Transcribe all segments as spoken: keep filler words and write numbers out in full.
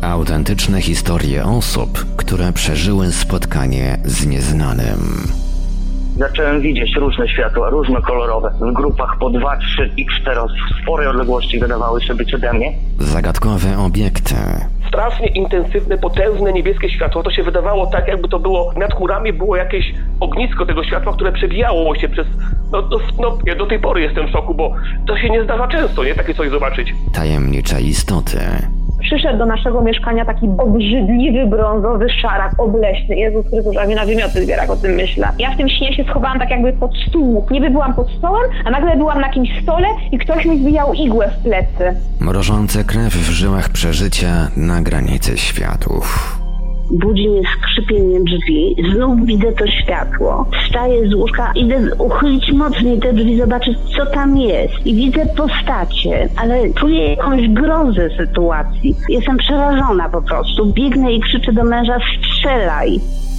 Autentyczne historie osób, które przeżyły spotkanie z nieznanym. Zacząłem widzieć różne światła, różnokolorowe, w grupach po dwa, trzy i cztery, w sporej odległości wydawały się być ode mnie. Zagadkowe obiekty. Strasznie intensywne, potężne niebieskie światło. To się wydawało tak, jakby to było, nad chmurami było jakieś ognisko tego światła, które przebijało się przez... No, no, no ja do tej pory jestem w szoku, bo to się nie zdarza często, nie? Takie coś zobaczyć. Tajemnicze istoty. Przyszedł do naszego mieszkania taki obrzydliwy, brązowy szarak, obleśny. Jezus Chrystus, a mnie na wymioty zbiera, jak o tym myślę. Ja w tym śnie się schowałam tak jakby pod stół. Niby byłam pod stołem, a nagle byłam na jakimś stole i ktoś mi zbijał igłę w plecy. Mrożące krew w żyłach przeżycia na granicy światów. Budzi mnie skrzypienie drzwi, znów widzę to światło. Wstaję z łóżka, idę uchylić mocniej te drzwi, zobaczyć co tam jest. I widzę postacie, ale czuję jakąś grozę sytuacji. Jestem przerażona po prostu. Biegnę i krzyczę do męża: strzelaj!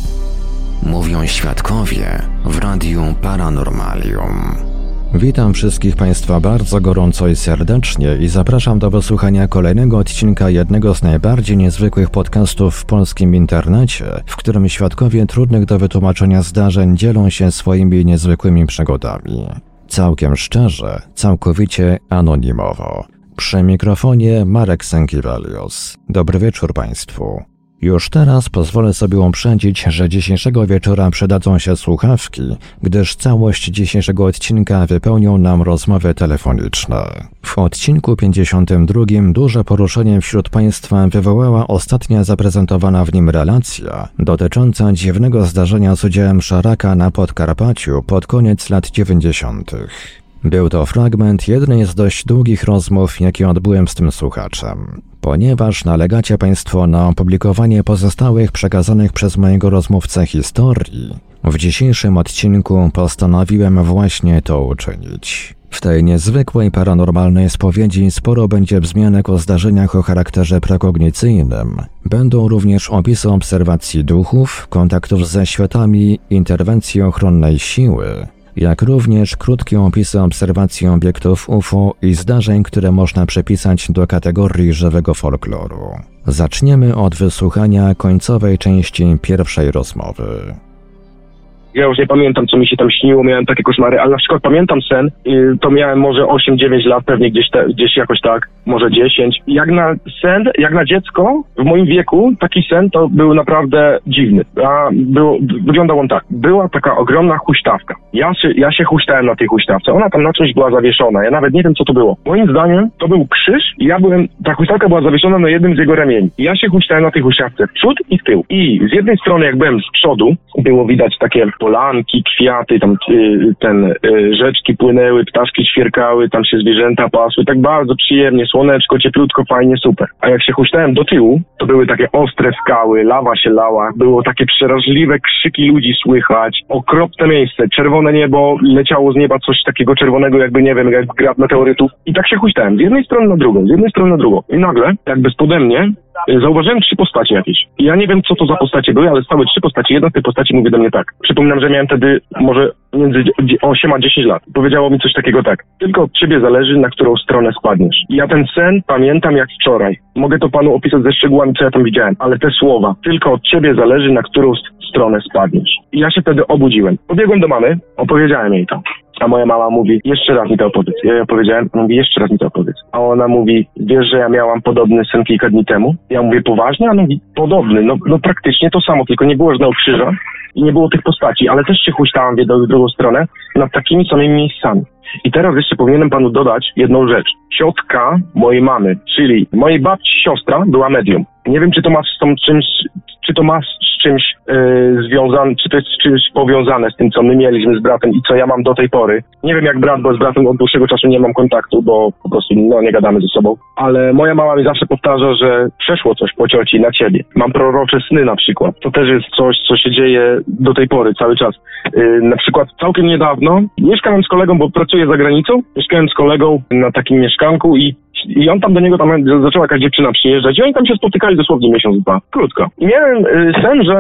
Mówią świadkowie w Radiu Paranormalium. Witam wszystkich Państwa bardzo gorąco i serdecznie i zapraszam do wysłuchania kolejnego odcinka jednego z najbardziej niezwykłych podcastów w polskim internecie, w którym świadkowie trudnych do wytłumaczenia zdarzeń dzielą się swoimi niezwykłymi przygodami. Całkiem szczerze, całkowicie anonimowo. Przy mikrofonie Marek Sękiewelios. Dobry wieczór Państwu. Już teraz pozwolę sobie uprzedzić, że dzisiejszego wieczora przydadzą się słuchawki, gdyż całość dzisiejszego odcinka wypełnią nam rozmowy telefoniczne. W odcinku pięćdziesiątym drugim duże poruszenie wśród Państwa wywołała ostatnia zaprezentowana w nim relacja dotycząca dziwnego zdarzenia z udziałem szaraka na Podkarpaciu pod koniec lat dziewięćdziesiątych. Był to fragment jednej z dość długich rozmów, jakie odbyłem z tym słuchaczem. Ponieważ nalegacie Państwo na opublikowanie pozostałych przekazanych przez mojego rozmówcę historii, w dzisiejszym odcinku postanowiłem właśnie to uczynić. W tej niezwykłej paranormalnej spowiedzi sporo będzie wzmianek o zdarzeniach o charakterze prekognicyjnym. Będą również opisy obserwacji duchów, kontaktów ze światami, interwencji ochronnej siły, jak również krótkie opisy obserwacji obiektów U F O i zdarzeń, które można przypisać do kategorii żywego folkloru. Zaczniemy od wysłuchania końcowej części pierwszej rozmowy. Ja już nie pamiętam, co mi się tam śniło, miałem takie koszmary, ale na przykład pamiętam sen, yy, to miałem może osiem dziewięć lat, pewnie gdzieś, te, gdzieś jakoś tak, może dziesięć. Jak na sen, jak na dziecko, w moim wieku, taki sen to był naprawdę dziwny. A było, wyglądał on tak, była taka ogromna huśtawka. Ja się, ja się huśtałem na tej huśtawce, ona tam na czymś była zawieszona, ja nawet nie wiem, co to było. Moim zdaniem to był krzyż i ja byłem, ta huśtawka była zawieszona na jednym z jego ramieni. I ja się huśtałem na tej huśtawce w przód i w tył. I z jednej strony, jak byłem z przodu, było widać takie polanki, kwiaty, tam y, ten y, rzeczki płynęły, ptaszki ćwierkały, tam się zwierzęta pasły, tak bardzo przyjemnie, słoneczko, cieplutko, fajnie, super. A jak się huśtałem do tyłu, to były takie ostre skały, lawa się lała, było takie przerażliwe krzyki ludzi słychać, okropne miejsce, czerwone niebo, leciało z nieba coś takiego czerwonego, jakby nie wiem, jak grad meteorytów. I tak się huśtałem z jednej strony na drugą, z jednej strony na drugą. I nagle, jakby spode mnie, zauważyłem trzy postacie jakieś. I ja nie wiem, co to za postacie były, ale stały trzy postacie. Jedna z tych postaci mówi do mnie tak. Przypominam, że miałem wtedy może między osiem a dziesięć lat. Powiedziało mi coś takiego tak. Tylko od ciebie zależy, na którą stronę spadniesz. I ja ten sen pamiętam jak wczoraj. Mogę to panu opisać ze szczegółami, co ja tam widziałem. Ale te słowa. Tylko od ciebie zależy, na którą stronę spadniesz. I ja się wtedy obudziłem. Pobiegłem do mamy, opowiedziałem jej to. A moja mama mówi, jeszcze raz mi to opowiedz. Ja jej opowiedziałem, ona mówi, jeszcze raz mi to opowiedz. A ona mówi, wiesz, że ja miałam podobny sen kilka dni temu? Ja mówię, poważnie? A ona mówi, podobny. No, no praktycznie to samo, tylko nie było żadnego krzyża i nie było tych postaci, ale też się huśtałam w jedną i drugą stronę nad takimi samymi miejscami. I teraz jeszcze powinienem panu dodać jedną rzecz. Ciotka mojej mamy, czyli mojej babci siostra, była medium. Nie wiem, czy to ma z tą czymś, czy to ma z czymś yy, związane, czy to jest z czymś powiązane z tym, co my mieliśmy z bratem i co ja mam do tej pory. Nie wiem jak brat, bo z bratem od dłuższego czasu nie mam kontaktu, bo po prostu no, nie gadamy ze sobą. Ale moja mama mi zawsze powtarza, że przeszło coś po cioci na ciebie. Mam prorocze sny na przykład. To też jest coś, co się dzieje do tej pory, cały czas. Yy, na przykład całkiem niedawno mieszkałem z kolegą, bo pracuję za granicą. Mieszkałem z kolegą na takim mieszkanku i I on tam do niego, tam zaczęła jakaś dziewczyna przyjeżdżać i oni tam się spotykali dosłownie miesiąc, dwa. Krótko. I miałem y, sen, że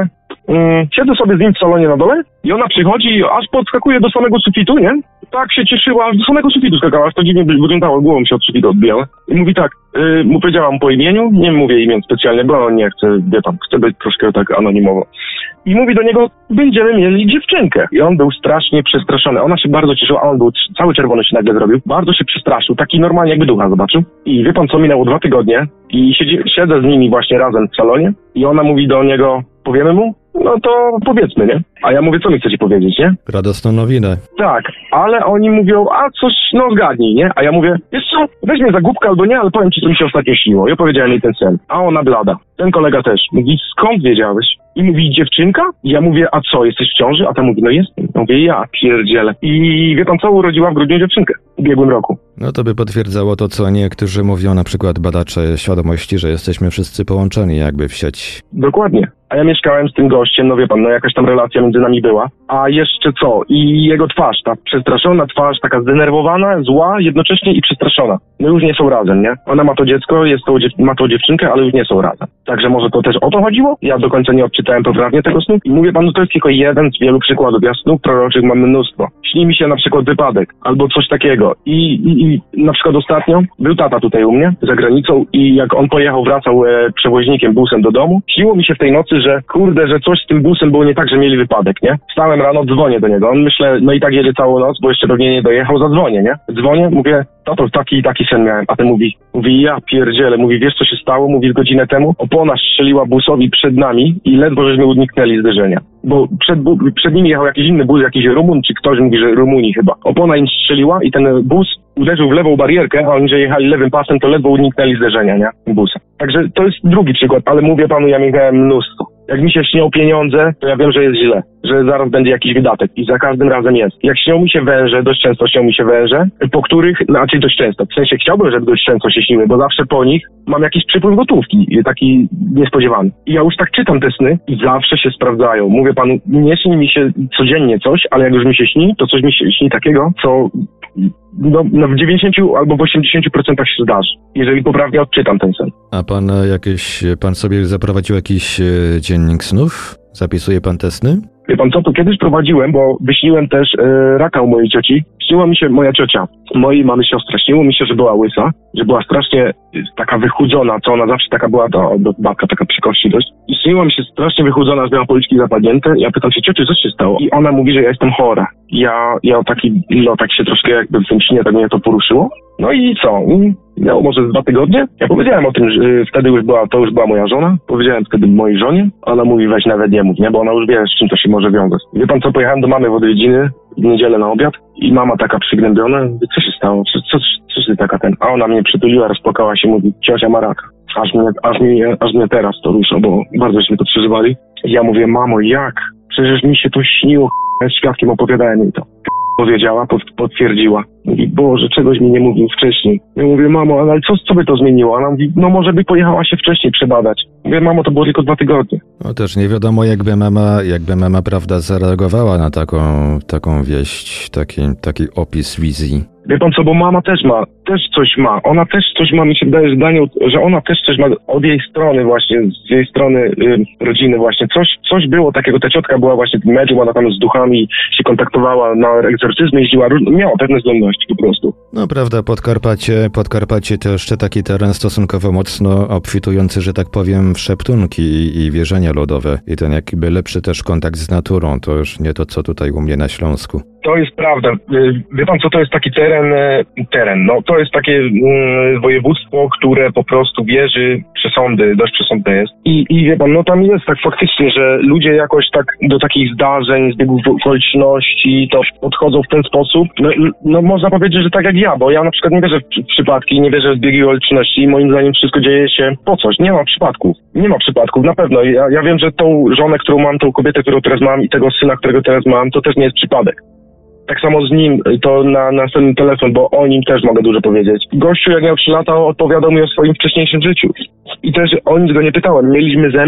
mm, siedzę sobie z nim w salonie na dole i ona przychodzi, aż podskakuje do samego sufitu, nie? Tak się cieszyła, aż do samego sufitu skakała, aż to dziwnie wyglądało, głową się od sufitu odbijała. I mówi tak, yy, mu powiedziałam po imieniu, nie mówię imię specjalnie, bo on nie chce, wie pan, chce być troszkę tak anonimowo. I mówi do niego, będziemy mieli dziewczynkę. I on był strasznie przestraszony. Ona się bardzo cieszyła, a on był cały czerwony się nagle zrobił. Bardzo się przestraszył, taki normalnie jakby ducha zobaczył. I wie pan co, minęło dwa tygodnie i siedzi, siedzę z nimi właśnie razem w salonie i ona mówi do niego, powiemy mu? No to powiedzmy, nie? A ja mówię, co mi chcecie powiedzieć, nie? Radosną nowinę. Tak, ale oni mówią, a coś, no zgadnij, nie? A ja mówię, wiesz co, weź mnie za głupkę albo nie, ale powiem ci, co mi się ostatnio śniło. Ja powiedziałem jej ten sen. A ona blada. Ten kolega też. Mówi, skąd wiedziałeś? I mówi, dziewczynka? I ja mówię, a co, jesteś w ciąży? A ta mówi, no jestem. Ja mówię, ja pierdzielę. I wie pan co, urodziła w grudniu dziewczynkę. W ubiegłym roku. No to by potwierdzało to, co niektórzy mówią, na przykład badacze świadomości, że jesteśmy wszyscy połączeni jakby w sieć. Dokładnie. A ja mieszkałem z tym gościem, no wie pan, no jakaś tam relacja między nami była. A jeszcze co? I jego twarz, ta przestraszona twarz, taka zdenerwowana, zła, jednocześnie i przestraszona. No już nie są razem, nie? Ona ma to dziecko, jest to, ma tą dziewczynkę, ale już nie są razem. Także może to też o to chodziło? Ja do końca nie odczytałem poprawnie tego snu. I mówię panu, to jest tylko jeden z wielu przykładów. Ja snów proroczych mam mnóstwo. Śni mi się na przykład wypadek, albo coś takiego. I, i, i na przykład ostatnio był tata tutaj u mnie, za granicą i jak on pojechał, wracał e, przewoźnikiem, busem do domu, śniło mi się w tej nocy, że kurde, że coś z tym busem było nie tak, że mieli wypadek, nie? Wstałem rano, dzwonię do niego. On myślę, no i tak jedzie całą noc, bo jeszcze pewnie nie dojechał, zadzwonię, nie? Dzwonię, mówię, tato, taki i taki sen miałem. A ten mówi, mówi, ja pierdzielę, mówi, wiesz co się stało? Mówi, godzinę temu opona strzeliła busowi przed nami i ledwo żeśmy uniknęli zderzenia. Bo przed, bu- przed nimi jechał jakiś inny bus, jakiś Rumun, czy ktoś mówi, że Rumuni chyba. Opona im strzeliła i ten bus uderzył w lewą barierkę, a oni, że jechali lewym pasem, to ledwo uniknęli zderzenia, nie? Busa. Także to jest drugi przykład, ale mówię panu, ja miałem mnóstwo. Jak mi się śnią pieniądze, to ja wiem, że jest źle, że zaraz będzie jakiś wydatek i za każdym razem jest. Jak śnią mi się węże, dość często śnią mi się węże, po których, znaczy dość często, w sensie chciałbym, żeby dość często się śniły, bo zawsze po nich mam jakiś przypływ gotówki, taki niespodziewany. I ja już tak czytam te sny i zawsze się sprawdzają. Mówię panu, nie śni mi się codziennie coś, ale jak już mi się śni, to coś mi się śni takiego, co no, no w dziewięćdziesięciu albo w osiemdziesięciu procentach się zdarzy, jeżeli poprawnie odczytam ten sen. A pan jakieś, pan sobie zaprowadził jakiś e, dziennik snów? Zapisuje pan te sny? Wie pan co, to kiedyś prowadziłem, bo wyśniłem też e, raka u mojej cioci. Śniła mi się moja ciocia, mojej mamy siostra. Śniło mi się, że była łysa, że była strasznie e, taka wychudzona, co ona zawsze taka była, to, to babka taka przy kości dość. I śniło mi się strasznie wychudzona, że miała policzki zapadnięte. Ja pytam się, ciociu, co się stało? I ona mówi, że ja jestem chora. Ja, ja taki, no tak się troszkę jakby w tym śnie tak mnie to poruszyło. No i co? I miało może dwa tygodnie. Ja powiedziałem o tym, że wtedy już była, to już była moja żona. Powiedziałem wtedy mojej żonie. Ona mówi, weź nawet nie mów, nie? Bo ona już wie, z czym to się może wiązać. Wie pan co, pojechałem do mamy w odwiedziny w niedzielę na obiad i mama taka przygnębiona. Mówi, co się stało? Co, co, co się taka ten? A ona mnie przytuliła, rozpłakała się, mówi, ciocia ma raka. Aż mnie, aż mnie, aż mnie teraz to rusza, bo bardzo żeśmy to przeżywali. I ja mówię, mamo, jak? Przecież mi się to śniło, z świadkiem opowiadałem jej to. Powiedziała, pod, potwierdziła. Mówi, Boże, czegoś mi nie mówił wcześniej. Ja mówię, mamo, ale co, co by to zmieniło? Ona mówi, no może by pojechała się wcześniej przebadać. Mówię, mamo, to było tylko dwa tygodnie. No też nie wiadomo, jakby mama, jakby mama, prawda, zareagowała na taką, taką wieść, taki, taki opis wizji. Wie pan co, bo mama też ma, też coś ma. Ona też coś ma, mi się wydaje, że Daniel, że ona też coś ma od jej strony właśnie, z jej strony y, rodziny właśnie. Coś, coś było takiego, ta ciotka była właśnie w medium, ona tam z duchami się kontaktowała, na egzorcyzmy jeździła, miała pewne zdolności po prostu. No prawda, Podkarpacie, Podkarpacie to jeszcze taki teren stosunkowo mocno obfitujący, że tak powiem, w szeptunki i, i wierzenia ludowe. I ten jakby lepszy też kontakt z naturą, to już nie to, co tutaj u mnie na Śląsku. To jest prawda. Wie pan co, to jest taki teren, teren, no to jest takie mm, województwo, które po prostu wierzy, przesądy, dość przesądne jest. I, I wie pan, no tam jest tak faktycznie, że ludzie jakoś tak do takich zdarzeń, zbiegów okoliczności to podchodzą w ten sposób. No, no można powiedzieć, że tak jak ja, bo ja na przykład nie wierzę w przypadki, nie wierzę w zbiegi okoliczności i moim zdaniem wszystko dzieje się po coś. Nie ma przypadków. Nie ma przypadków, na pewno. Ja, ja wiem, że tą żonę, którą mam, tą kobietę, którą teraz mam i tego syna, którego teraz mam, to też nie jest przypadek. Tak samo z nim, to na następny telefon, bo o nim też mogę dużo powiedzieć. Gościu, jak miał trzy lata, odpowiadał mi o swoim wcześniejszym życiu. I też o nic go nie pytałem. Mieliśmy zęby,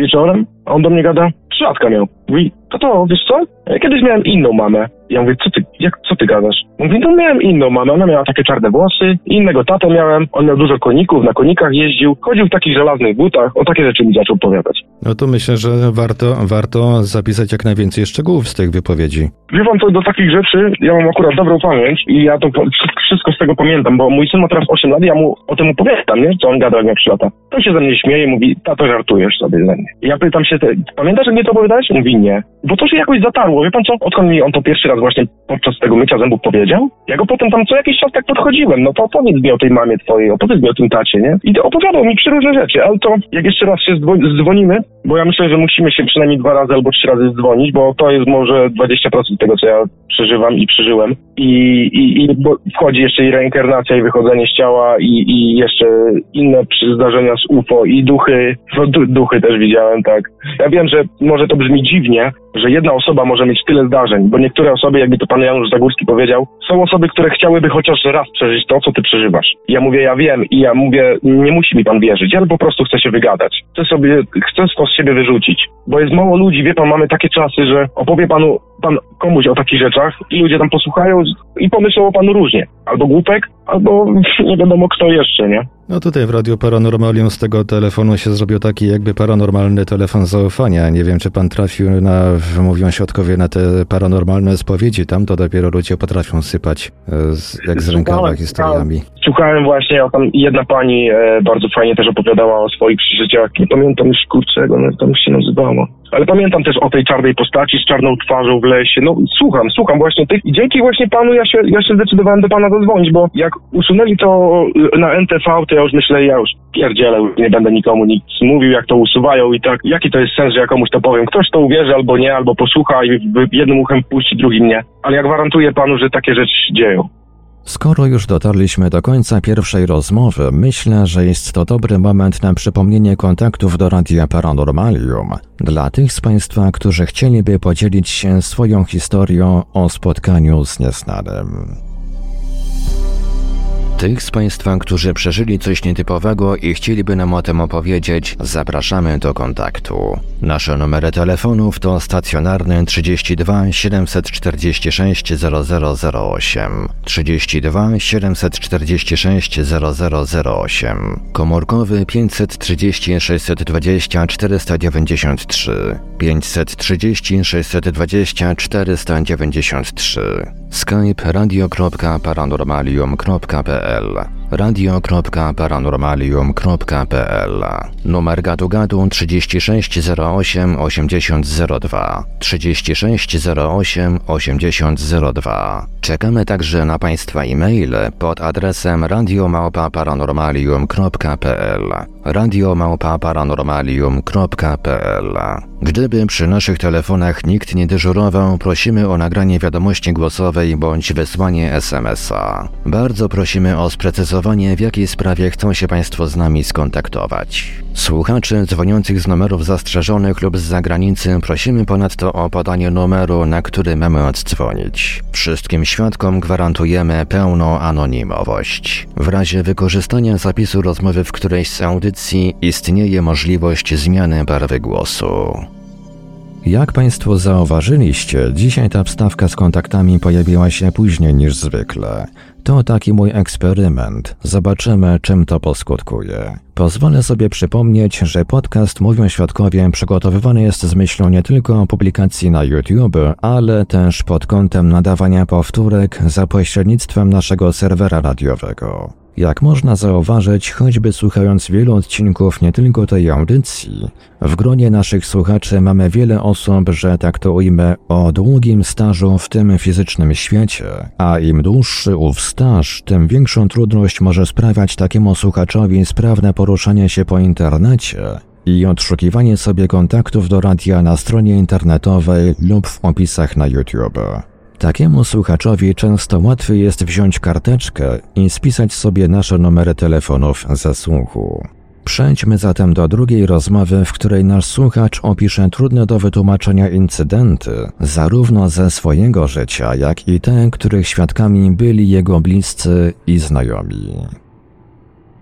wieczorem, a on do mnie gada, trzylatka miał. Mówi, to to, wiesz co? Ja kiedyś miałem inną mamę. Ja mówię, co ty, jak, co ty gadasz? Mówi, no miałem inną mamę, ona miała takie czarne włosy, innego tatę miałem, on miał dużo koników, na konikach jeździł, chodził w takich żelaznych butach, o takie rzeczy mi zaczął opowiadać. No to myślę, że warto, warto zapisać jak najwięcej szczegółów z tych wypowiedzi. Wie pan co, do takich rzeczy ja mam akurat dobrą pamięć i ja to wszystko z tego pamiętam, bo mój syn ma teraz osiem lat i ja mu o tym opowiadam, nie? Co on gada jak miał trzy lata. To się ze mnie śmieje, mówi, tato, żartujesz sobie ze mnie. I ja pytam się, pamiętasz jak mnie to opowiadałeś? Mówi, nie. Bo to się jakoś zatarło, wie pan co? Odkąd mi on to pierwszy raz właśnie podczas tego mycia zębów powiedział, ja go potem tam co jakiś czas tak podchodziłem, no to opowiedz mi o tej mamie twojej, opowiedz mi o tym tacie, nie? I to opowiadał mi przeróżne rzeczy, ale to jak jeszcze raz się zdzwonimy, bo ja myślę, że musimy się przynajmniej dwa razy albo trzy razy dzwonić, bo to jest może dwadzieścia procent tego, co ja przeżywam i przeżyłem. I, i, i bo wchodzi jeszcze i reinkarnacja, i wychodzenie z ciała, i, i jeszcze inne zdarzenia z U F O, i duchy, no duchy też widziałem, tak. Ja wiem, że może to brzmi dziwnie, że jedna osoba może mieć tyle zdarzeń, bo niektóre osoby, jakby to pan Janusz Zagórski powiedział, są osoby, które chciałyby chociaż raz przeżyć to, co ty przeżywasz. Ja mówię, ja wiem i ja mówię, nie musi mi pan wierzyć, ja po prostu chcę się wygadać. Chcę sobie, chcę to z siebie wyrzucić, bo jest mało ludzi, wie pan, mamy takie czasy, że opowie panu, pan komuś o takich rzeczach i ludzie tam posłuchają i pomyślą o panu różnie. Albo głupek, albo nie wiadomo kto jeszcze, nie? No tutaj w Radio Paranormalium z tego telefonu się zrobił taki jakby paranormalny telefon zaufania. Nie wiem, czy pan trafił na, mówią świadkowie, na te paranormalne spowiedzi. Tam to dopiero ludzie potrafią sypać z, jak z rękawa historiami. Słuchałem właśnie, a tam jedna pani e, bardzo fajnie też opowiadała o swoich przeżyciach. Nie pamiętam już kurczę, jak to się nazywało. Ale pamiętam też o tej czarnej postaci z czarną twarzą w lesie. No słucham, słucham właśnie tych i dzięki właśnie panu ja się, ja się zdecydowałem do pana zadzwonić, bo jak usunęli to na N T V, to ja już myślę, ja już pierdzielę, nie będę nikomu nic mówił, jak to usuwają i tak, jaki to jest sens, że ja komuś to powiem. Ktoś to uwierzy albo nie, albo posłucha i jednym uchem puści, drugim nie. Ale ja gwarantuję panu, że takie rzeczy się dzieją. Skoro już dotarliśmy do końca pierwszej rozmowy, myślę, że jest to dobry moment na przypomnienie kontaktów do Radia Paranormalium. Dla tych z Państwa, którzy chcieliby podzielić się swoją historią o spotkaniu z nieznanym. Tych z Państwa, którzy przeżyli coś nietypowego i chcieliby nam o tym opowiedzieć, zapraszamy do kontaktu. Nasze numery telefonów to stacjonarny trzydzieści dwa siedemset czterdzieści sześć zero zero zero osiem, trzydzieści dwa siedemset czterdzieści sześć zero zero zero osiem, komórkowy pięćset trzydzieści sześćset dwadzieścia czterysta dziewięćdziesiąt trzy, pięćset trzydzieści sześćset dwadzieścia czterysta dziewięćdziesiąt trzy, skype radio kropka paranormalium kropka p l, radio kropka paranormalium kropka p l, numer gadu gadu trzydzieści sześć zero osiem osiemdziesiąt zero dwa, trzydzieści sześć zero osiem osiemdziesiąt zero dwa. Czekamy także na Państwa e-maile pod adresem radio małpa paranormalium kropka p l, radio małpa paranormalium kropka p l. Gdyby przy naszych telefonach nikt nie dyżurował, prosimy o nagranie wiadomości głosowej bądź wysłanie es em es a. Bardzo prosimy o sprecyzowanie, w jakiej sprawie chcą się Państwo z nami skontaktować. Słuchaczy dzwoniących z numerów zastrzeżonych lub z zagranicy prosimy ponadto o podanie numeru, na który mamy oddzwonić. Wszystkim świadkom gwarantujemy pełną anonimowość. W razie wykorzystania zapisu rozmowy w którejś z audycji istnieje możliwość zmiany barwy głosu. Jak Państwo zauważyliście, dzisiaj ta wstawka z kontaktami pojawiła się później niż zwykle. To taki mój eksperyment. Zobaczymy, czym to poskutkuje. Pozwolę sobie przypomnieć, że podcast Mówią Świadkowie przygotowywany jest z myślą nie tylko o publikacji na YouTube, ale też pod kątem nadawania powtórek za pośrednictwem naszego serwera radiowego. Jak można zauważyć, choćby słuchając wielu odcinków nie tylko tej audycji, w gronie naszych słuchaczy mamy wiele osób, że tak to ujmę, o długim stażu w tym fizycznym świecie, a im dłuższy ów staż, tym większą trudność może sprawiać takiemu słuchaczowi sprawne poruszanie się po internecie i odszukiwanie sobie kontaktów do radia na stronie internetowej lub w opisach na YouTube. Takiemu słuchaczowi często łatwiej jest wziąć karteczkę i spisać sobie nasze numery telefonów ze słuchu. Przejdźmy zatem do drugiej rozmowy, w której nasz słuchacz opisze trudne do wytłumaczenia incydenty, zarówno ze swojego życia, jak i te, których świadkami byli jego bliscy i znajomi.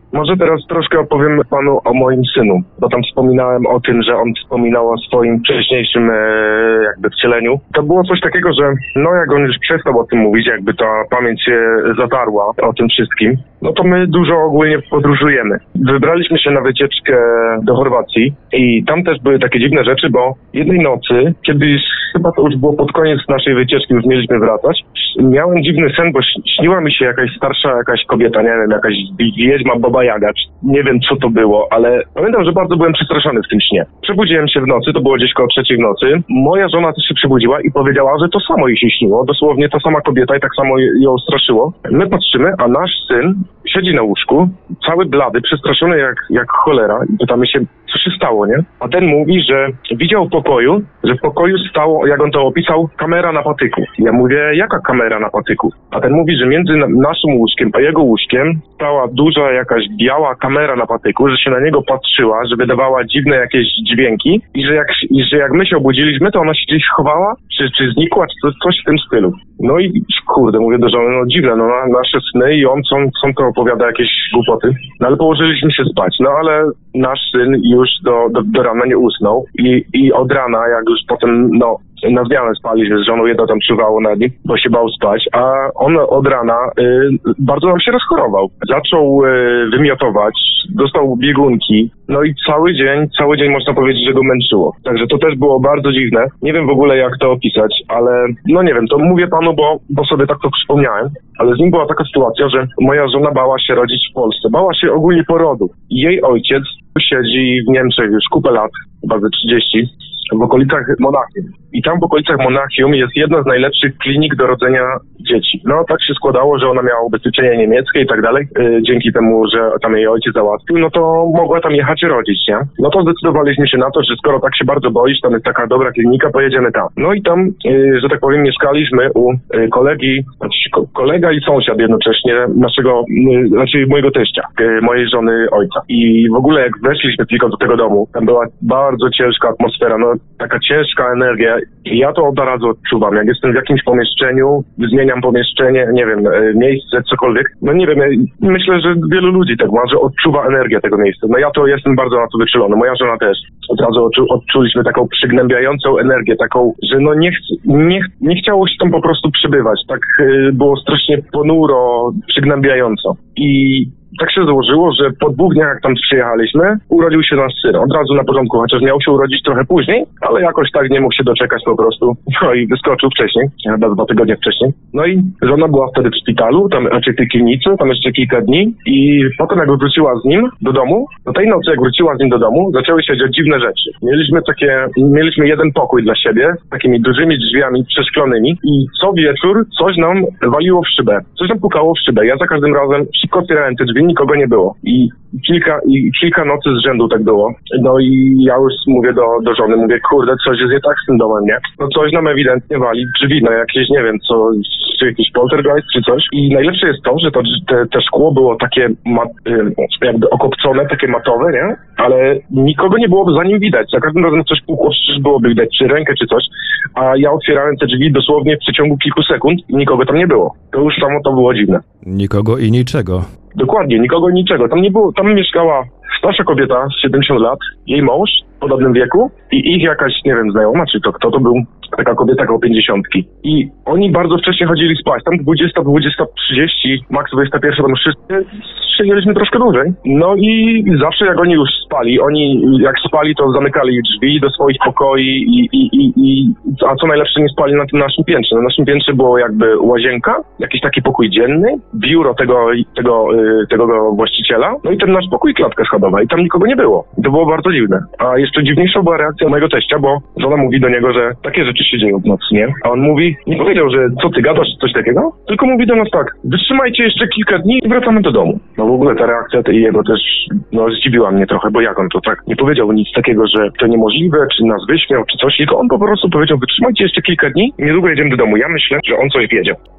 Może teraz troszkę opowiem panu o moim synu, bo tam wspominałem o tym, że on wspominał o swoim wcześniejszym e, jakby wcieleniu. To było coś takiego, że no jak on już przestał o tym mówić, jakby ta pamięć się zatarła o tym wszystkim, no to my dużo ogólnie podróżujemy. Wybraliśmy się na wycieczkę do Chorwacji i tam też były takie dziwne rzeczy, bo jednej nocy, kiedy chyba to już było pod koniec naszej wycieczki, już mieliśmy wracać, miałem dziwny sen, bo śniła mi się jakaś starsza jakaś kobieta, nie wiem, jakaś wiedźma Baba Jaga, nie wiem co to było, ale pamiętam, że bardzo byłem przestraszony w tym śnie. Przebudziłem się w nocy, to było gdzieś koło trzeciej w nocy, moja żona też się przebudziła i powiedziała, że to samo jej się śniło, dosłownie ta sama kobieta i tak samo ją straszyło. My patrzymy, a nasz syn siedzi na łóżku, cały blady, przestraszony jak, jak cholera i pytamy się, co się stało, nie? A ten mówi, że widział w pokoju, że w pokoju stało, jak on to opisał, kamera na patyku. Ja mówię, jaka kamera na patyku? A ten mówi, że między naszym łóżkiem a jego łóżkiem stała duża jakaś biała kamera na patyku, że się na niego patrzyła, że wydawała dziwne jakieś dźwięki i że jak, i że jak my się obudziliśmy, to ona się gdzieś schowała, czy, czy znikła, czy coś, coś w tym stylu. No i kurde, mówię do żony, no dziwne, no na, nasze sny i on, on, on to opowiada jakieś głupoty. No ale położyliśmy się spać, no ale nasz syn już do, do, do rana nie usnął i, i od rana, jak już potem, no, na zmianę spaliśmy z żoną, jedno tam czuwało na nim, bo się bał spać, a on od rana y, bardzo nam się rozchorował. Zaczął y, wymiotować, dostał biegunki, no i cały dzień, cały dzień można powiedzieć, że go męczyło. Także to też było bardzo dziwne. Nie wiem w ogóle jak to opisać, ale no nie wiem, to mówię panu, bo, bo sobie tak to przypomniałem, ale z nim była taka sytuacja, że moja żona bała się rodzić w Polsce, bała się ogólnie porodu. I jej ojciec siedzi w Niemczech już kupę lat, chyba ze trzydzieści, w okolicach Monachium. I tam w okolicach Monachium jest jedna z najlepszych klinik do rodzenia dzieci. No tak się składało, że ona miała ubezpieczenie niemieckie i tak dalej. Yy, dzięki temu, że tam jej ojciec załatwił, no to mogła tam jechać i rodzić, nie? No to zdecydowaliśmy się na to, że skoro tak się bardzo boisz, tam jest taka dobra klinika, pojedziemy tam. No i tam, yy, że tak powiem, mieszkaliśmy u yy, kolegi, znaczy ko- kolega i sąsiad jednocześnie naszego, yy, znaczy mojego teścia, yy, mojej żony ojca. I w ogóle jak weszliśmy tylko do tego domu, tam była bardzo ciężka atmosfera, no taka ciężka energia i ja to od razu odczuwam. Jak jestem w jakimś pomieszczeniu, zmieniam pomieszczenie, nie wiem, miejsce, cokolwiek, no nie wiem, myślę, że wielu ludzi tak ma, że odczuwa energię tego miejsca. No ja to jestem bardzo na to wyczulony, moja żona też. Od razu odczu- odczuliśmy taką przygnębiającą energię, taką, że no nie, ch- nie, ch- nie chciało się tam po prostu przebywać. Tak yy, było strasznie ponuro, przygnębiająco. I tak się złożyło, że po dwóch dniach, jak tam przyjechaliśmy, urodził się nasz syn. Od razu na początku, chociaż miał się urodzić trochę później, ale jakoś tak nie mógł się doczekać po prostu. No i wyskoczył wcześniej, chyba dwa tygodnie wcześniej. No i żona była wtedy w szpitalu, tam raczej w tej klinice, tam jeszcze kilka dni i potem jak wróciła z nim do domu, to tej nocy jak wróciła z nim do domu, zaczęły się dziać dziwne rzeczy. Mieliśmy takie, mieliśmy jeden pokój dla siebie, takimi dużymi drzwiami przeszklonymi i co wieczór coś nam waliło w szybę. Coś nam pukało w szybę. Ja za każdym razem szybko otwierałem te drzwi, nikogo nie było. I kilka, i kilka nocy z rzędu tak było. No i ja już mówię do, do żony, mówię, kurde, coś jest nie tak z tym domem, nie? No coś nam ewidentnie wali drzwi, no jakieś, nie wiem, co, czy jakiś poltergeist, czy coś. I najlepsze jest to, że to, te, te szkło było takie mat, jakby okopcone, takie matowe, nie? Ale nikogo nie byłoby za nim widać. Za każdym razem coś pukło, czy byłoby widać, czy rękę, czy coś. A ja otwierałem te drzwi dosłownie w przeciągu kilku sekund i nikogo tam nie było. To już samo to było dziwne. Nikogo i niczego. Dokładnie, nikogo i niczego. Tam nie było, tam mieszkała starsza kobieta, siedemdziesiąt lat, jej mąż w podobnym wieku i ich jakaś, nie wiem, znajoma, czy to kto to był, taka kobieta koło pięćdziesiątki. I oni bardzo wcześnie chodzili spać, tam dwudziesta, dwudziesta trzydzieści, maks dwudziesta pierwsza, tam wszyscy siedzieliśmy troszkę dłużej. No i zawsze jak oni już spali, oni jak spali, to zamykali drzwi do swoich pokoi i, i, i, i a co najlepsze, nie spali na tym naszym piętrze. Na naszym piętrze było jakby łazienka, jakiś taki pokój dzienny, biuro tego, tego, tego właściciela, no i ten nasz pokój, klatka schodowa i tam nikogo nie było. I to było bardzo dziwne. A jeszcze dziwniejsza była reakcja mojego teścia, bo żona mówi do niego, że takie rzeczy się dzieją w nocy, nie? A on mówi, nie powiedział, że co ty gadasz, coś takiego, tylko mówi do nas tak, wytrzymajcie jeszcze kilka dni i wracamy do domu. No w ogóle ta reakcja tej jego też, no zdziwiła mnie trochę, bo jak on to tak, nie powiedział nic takiego, że to niemożliwe, czy nas wyśmiał, czy coś, tylko on po prostu powiedział, wytrzymajcie jeszcze kilka dni i niedługo jedziemy do domu. Ja myślę, że on coś wiedział.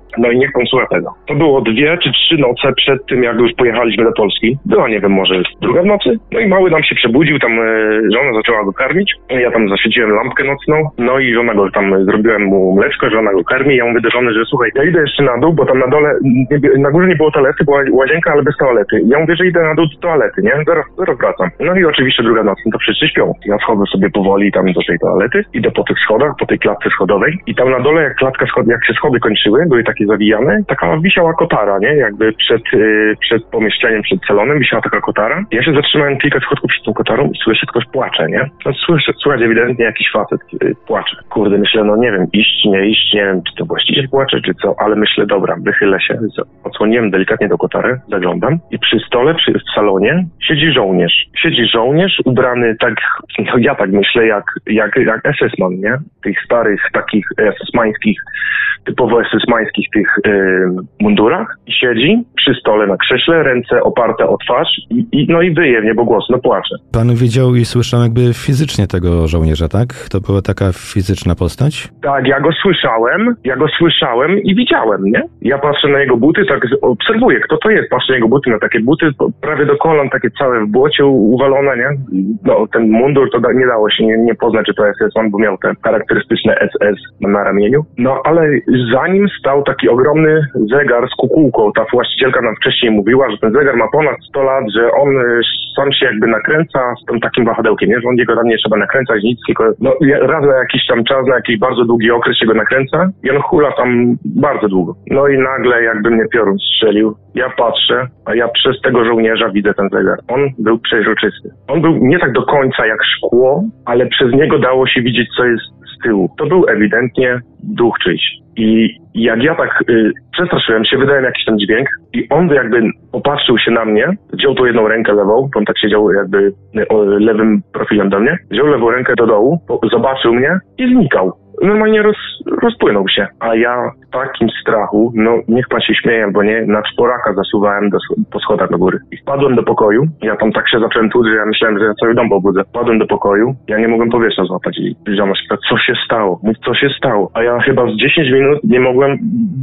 No i niech pan słucha tego. To było dwie czy trzy noce przed tym, jak już pojechaliśmy do Polski. Była, nie wiem, może druga w nocy. No i mały nam się przebudził, tam e, żona zaczęła go karmić. Ja tam zaświeciłem lampkę nocną, no i żona go tam, zrobiłem mu mleczko, żona go karmi. Ja mówię do żony, że słuchaj, ja idę jeszcze na dół, bo tam na dole, nie, na górze nie było toalety, była łazienka, ale bez toalety. Ja mówię, że idę na dół do toalety, nie? Zaraz, zaraz wracam. No i oczywiście druga noc, no to wszyscy śpią. Ja wchodzę sobie powoli tam do tej toalety, idę po tych schodach, po tej klatce schodowej i tam na dole, jak klatka schod, jak się schody kończyły, były takie zawijane, taka wisiała kotara, nie? Jakby przed, yy, przed pomieszczeniem, przed salonem wisiała taka kotara. Ja się zatrzymałem kilka schodków przed tą kotarą i słyszę, ktoś płacze, nie? No słyszę, słychać ewidentnie jakiś facet yy, płacze. Kurde, myślę, no nie wiem, iść, nie iść, nie wiem, czy to właściciel płacze, czy co, ale myślę, dobra, wychylę się, odsłoniłem delikatnie do kotary, zaglądam i przy stole, przy, w salonie siedzi żołnierz. Siedzi żołnierz ubrany tak, no ja tak myślę, jak, jak, jak es es man, nie? Tych starych, takich es es mańskich, typowo es es mańskich tych yy, mundurach i siedzi przy stole na krześle, ręce oparte o twarz i, i no i wyje w niebogłos, no płacze. Pan widział i słyszał jakby fizycznie tego żołnierza, tak? To była taka fizyczna postać? Tak, ja go słyszałem, ja go słyszałem i widziałem, nie? Ja patrzę na jego buty, tak obserwuję, kto to jest, patrzę na jego buty, na takie buty prawie do kolan, takie całe w błocie uwalone, nie? No ten mundur to da, nie dało się nie, nie poznać, czy to es es man, bo miał te charakterystyczne es es na ramieniu. No ale za nim stał taki ogromny zegar z kukułką. Ta właścicielka nam wcześniej mówiła, że ten zegar ma ponad sto lat, że on sam się jakby nakręca z tym takim wahadełkiem, nie? Że on jego tam nie trzeba nakręcać nic, tylko no, raz na jakiś tam czas, na jakiś bardzo długi okres się go nakręca i on hula tam bardzo długo. No i nagle jakby mnie piorun strzelił. Ja patrzę, a ja przez tego żołnierza widzę ten zegar. On był przejrzysty. On był nie tak do końca jak szkło, ale przez niego dało się widzieć, co jest z tyłu. To był ewidentnie duch czyjś. I jak ja tak y, przestraszyłem się, wydałem jakiś ten dźwięk i on jakby popatrzył się na mnie, wziął tą jedną rękę lewą, on tak siedział jakby y, o, lewym profilem do mnie, wziął lewą rękę do dołu, po, zobaczył mnie i znikał. Normalnie roz, rozpłynął się. A ja w takim strachu, no niech pan się śmieje, bo nie, na czworaka zasuwałem do, po schodach do góry. I wpadłem do pokoju, ja tam tak się zacząłem tłuc, że ja myślałem, że ja cały dom obudzę. Wpadłem do pokoju, ja nie mogłem powietrza złapać i żona się pyta, co się stało? Mów, co się stało? A ja chyba z dziesięć minut nie mogłem,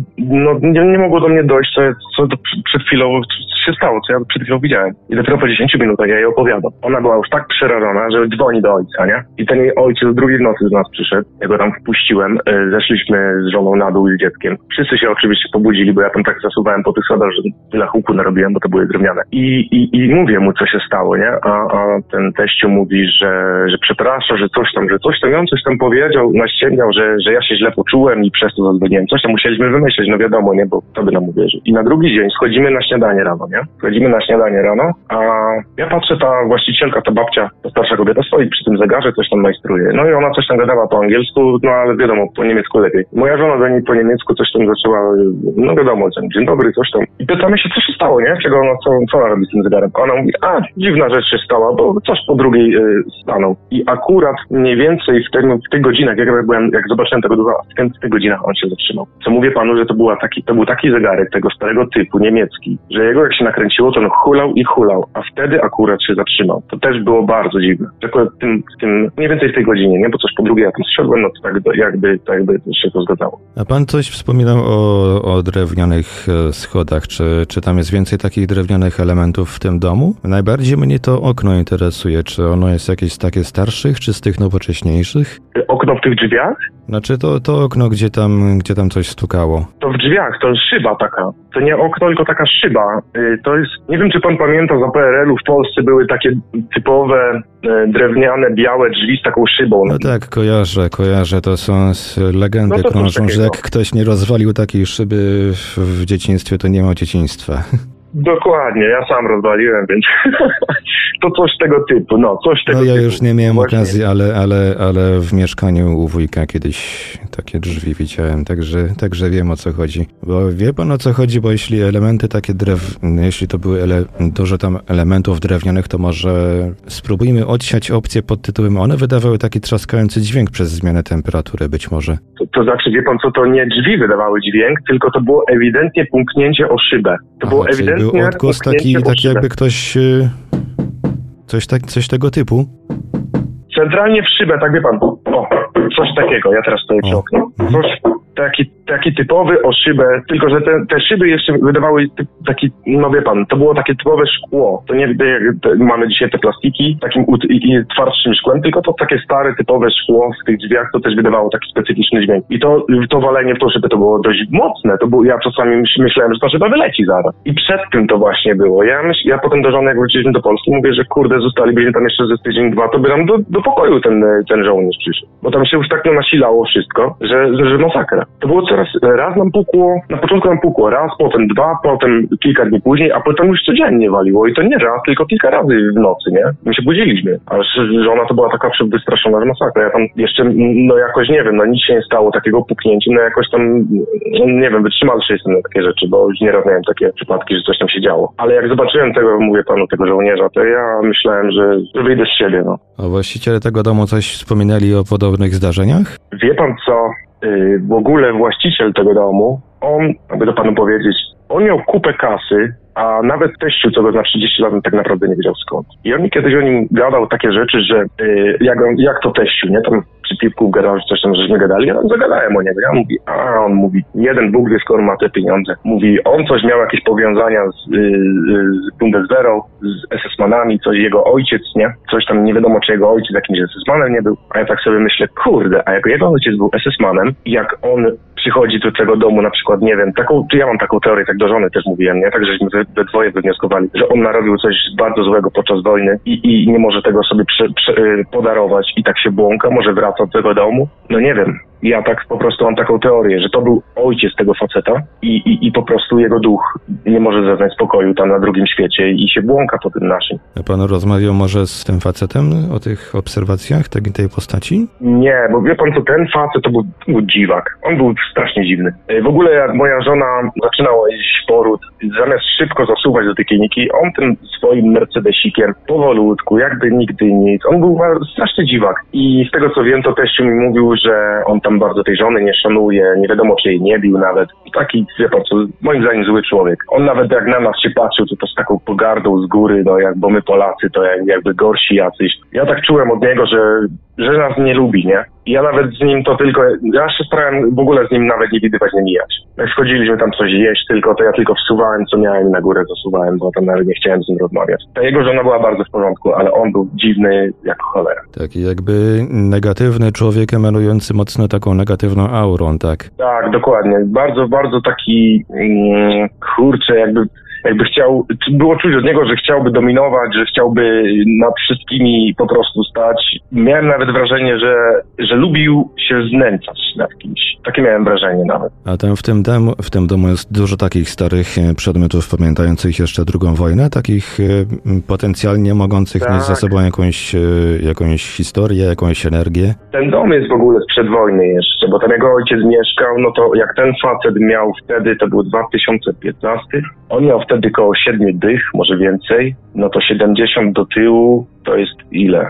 no nie, nie mogło do mnie dojść, co, co do, przed chwilą się stało, co ja przed chwilą widziałem. I dopiero po dziesięciu minutach ja jej opowiadam. Ona była już tak przerażona, że dzwoni do ojca, nie? I ten jej ojciec drugiej w nocy do nas przyszedł, ja go tam wpuściłem, zeszliśmy z żoną na dół i z dzieckiem. Wszyscy się oczywiście pobudzili, bo ja tam tak zasuwałem po tych schodach, że tyle huku narobiłem, bo to były drewniane. I, i, i mówię mu, co się stało, nie? A, a ten teściu mówi, że, że przeprasza, że coś tam, że coś tam, on coś tam powiedział, naściemniał, że, że ja się źle poczułem i przez to zadzwoniłem. Coś tam musieliśmy wymyśleć, no wiadomo, nie? Bo to by nam uwierzył. I na drugi dzień schodzimy na śniadanie rano, nie? Schodzimy na śniadanie rano, a ja patrzę, ta właścicielka, ta babcia, ta starsza kobieta stoi przy tym zegarze, coś tam majstruje. No i ona coś tam gadała po angielsku, no ale wiadomo, po niemiecku lepiej. Moja żona do niej po niemiecku coś tam zaczęła, no wiadomo, dzień dobry, coś tam. I pytamy się, co się stało, nie? Czego ona, co, co ona robi z tym zegarem? A ona mówi, a, dziwna rzecz się stała, bo coś po drugiej y, stanął. I akurat mniej więcej w, tym, w tych godzinach, jak ja byłem, jak zobaczyłem tego ducha, w tych godzinach on się zatrzymał. Co mówię panu, że to, była taki, to był taki zegarek tego starego typu, niemiecki, że jego jak się nakręciło, to on hulał i hulał, a wtedy akurat się zatrzymał. To też było bardzo dziwne. Że akurat w tym, w tym, mniej więcej w tej godzinie, nie? Bo coś po drugiej ja tam zszedłem, no to tak do, jakby, tak jakby się to zgadzało. A pan coś wspominał o, o drewnianych schodach. Czy, czy tam jest więcej takich drewnianych elementów w tym domu? Najbardziej mnie to okno interesuje. Czy ono jest jakieś z takie starszych, czy z tych nowocześniejszych? Okno w tych drzwiach? Znaczy to, to okno, gdzie tam, gdzie tam coś stukało. To w drzwiach, to jest szyba taka. To nie okno, tylko taka szyba. To jest, nie wiem czy pan pamięta, za P R L u w Polsce były takie typowe drewniane, białe drzwi z taką szybą. No tak, kojarzę, kojarzę. To są legendy no to krążą, że jak ktoś nie rozwalił takiej szyby w, w dzieciństwie, to nie ma dzieciństwa. Dokładnie, ja sam rozwaliłem, więc to coś tego typu, no coś tego No ja typu. już nie miałem Właśnie. okazji, ale, ale, ale w mieszkaniu u wujka kiedyś takie drzwi widziałem, także, także wiem o co chodzi. Bo wie pan o co chodzi, bo jeśli elementy takie drew... jeśli to były ele... dużo tam elementów drewnianych, to może spróbujmy odsiać opcję pod tytułem one wydawały taki trzaskający dźwięk przez zmianę temperatury być może. To, to znaczy, wie pan co, to nie drzwi wydawały dźwięk, tylko to było ewidentnie puknięcie o szybę. To Aha, było ewidentnie był odgłos taki, taki jakby ktoś... Coś, tak, coś tego typu? Centralnie w szybę, tak wie pan. O, coś takiego, ja teraz stoję przy oknie. Coś, taki, taki typowy o szybę, tylko że te, te szyby jeszcze wydawały taki, no wie pan, to było takie typowe szkło. To nie jak mamy dzisiaj te plastiki takim ut- i, i twardszym szkłem, tylko to takie stare, typowe szkło w tych drzwiach, to też wydawało taki specyficzny dźwięk. I to, to walenie w tą szybę to było dość mocne. To było, ja czasami myślałem, że ta szyba wyleci zaraz. I przed tym to właśnie było. Ja, myśl, ja potem do żony, jak wróciliśmy do Polski, mówię, że kurde, zostalibyśmy tam jeszcze ze tydzień, dwa, to by nam do, do pokoju ten, ten żołnierz przyszedł. Bo tam się już tak nasilało wszystko, że, że, że masakra. To było coraz, raz nam pukło, na początku nam pukło raz, potem dwa, potem kilka dni później, a potem już codziennie waliło. I to nie raz, tylko kilka razy w nocy, nie? My się budziliśmy. A żona to była taka wystraszona, że masakra. Ja tam jeszcze, no jakoś nie wiem, no nic się nie stało, takiego puknięcia, no jakoś tam, no, nie wiem, wytrzymalszy jestem na takie rzeczy, bo już nieraz miałem takie przypadki, że coś tam się działo. Ale jak zobaczyłem tego, mówię panu, tego żołnierza, to ja myślałem, że, że wyjdę z siebie, no. A właściciele tego domu coś wspominali o podobnych zdarzeniach? Wie pan co, yy, w ogóle właściciel tego domu, on, aby to panu powiedzieć, on miał kupę kasy, a nawet teściu, co go zna trzydzieści lat, tak naprawdę nie wiedział skąd. I on mi kiedyś o nim gadał takie rzeczy, że yy, jak, on, jak to teściu, nie? Tam przy piwku w garażu coś tam żeśmy gadali, ja tam zagadałem o niego. Ja mówi, a on mówi, jeden Bóg wie skoro ma te pieniądze. Mówi, on coś miał jakieś powiązania z, yy, z Bundeswehrą, z es es manami, coś jego ojciec, nie? Coś tam nie wiadomo, czy jego ojciec jakimś es es manem nie był. A ja tak sobie myślę, kurde, a jak jego ojciec był es es manem, jak on przychodzi do tego domu, na przykład, nie wiem, taką, czy ja mam taką teorię, tak do żony też mówiłem, nie? Tak, żeśmy we, we dwoje wywnioskowali, że on narobił coś bardzo złego podczas wojny i, i nie może tego sobie prze, prze, podarować i tak się błąka, może wraca do tego domu. No nie wiem. Ja tak po prostu mam taką teorię, że to był ojciec tego faceta i, i, i po prostu jego duch nie może zaznać spokoju tam na drugim świecie i się błąka po tym naszym. A pan rozmawiał może z tym facetem o tych obserwacjach tej, tej postaci? Nie, bo wie pan co, ten facet to był, to był dziwak. On był strasznie dziwny. W ogóle jak moja żona zaczynała iść w poród, zamiast szybko zasuwać do tej kliniki, on tym swoim mercedesikiem powolutku, jakby nigdy nic. On był strasznie dziwak. I z tego co wiem, to teściu mi mówił, że on tam bardzo tej żony nie szanuje, nie wiadomo czy jej nie bił nawet. Taki, wie pan co, moim zdaniem zły człowiek. On nawet jak na nas się patrzył, to, to z taką pogardą z góry, no jak, bo my Polacy to jak, jakby gorsi jacyś. Ja tak czułem od niego, że, że nas nie lubi, nie? I ja nawet z nim to tylko, ja się starałem w ogóle z nim nawet nie widywać, nie mijać. Jak wchodziliśmy tam coś jeść tylko, to ja tylko wsuwałem co miałem i na górę zasuwałem, bo tam nawet nie chciałem z nim rozmawiać. Ta jego żona była bardzo w porządku, ale on był dziwny jak cholera. Taki jakby negatywny człowiek emanujący mocno taką negatywną aurą, tak? Tak, dokładnie. Bardzo, bardzo taki, mm, kurczę, jakby... Jakby chciał, było czuć od niego, że chciałby dominować, że chciałby nad wszystkimi po prostu stać. Miałem nawet wrażenie, że, że lubił się znęcać nad kimś. Takie miałem wrażenie nawet. A tam w tym, domu, w tym domu jest dużo takich starych przedmiotów pamiętających jeszcze drugą wojnę, takich potencjalnie mogących tak. nieść za sobą jakąś, jakąś historię, jakąś energię. Ten dom jest w ogóle sprzed wojny jeszcze, bo tam jego ojciec mieszkał, no to jak ten facet miał wtedy, to był dwa tysiące piętnasty, on miał wtedy koło siedmiu dych, może więcej, no to siedemdziesiąt do tyłu, to jest ile?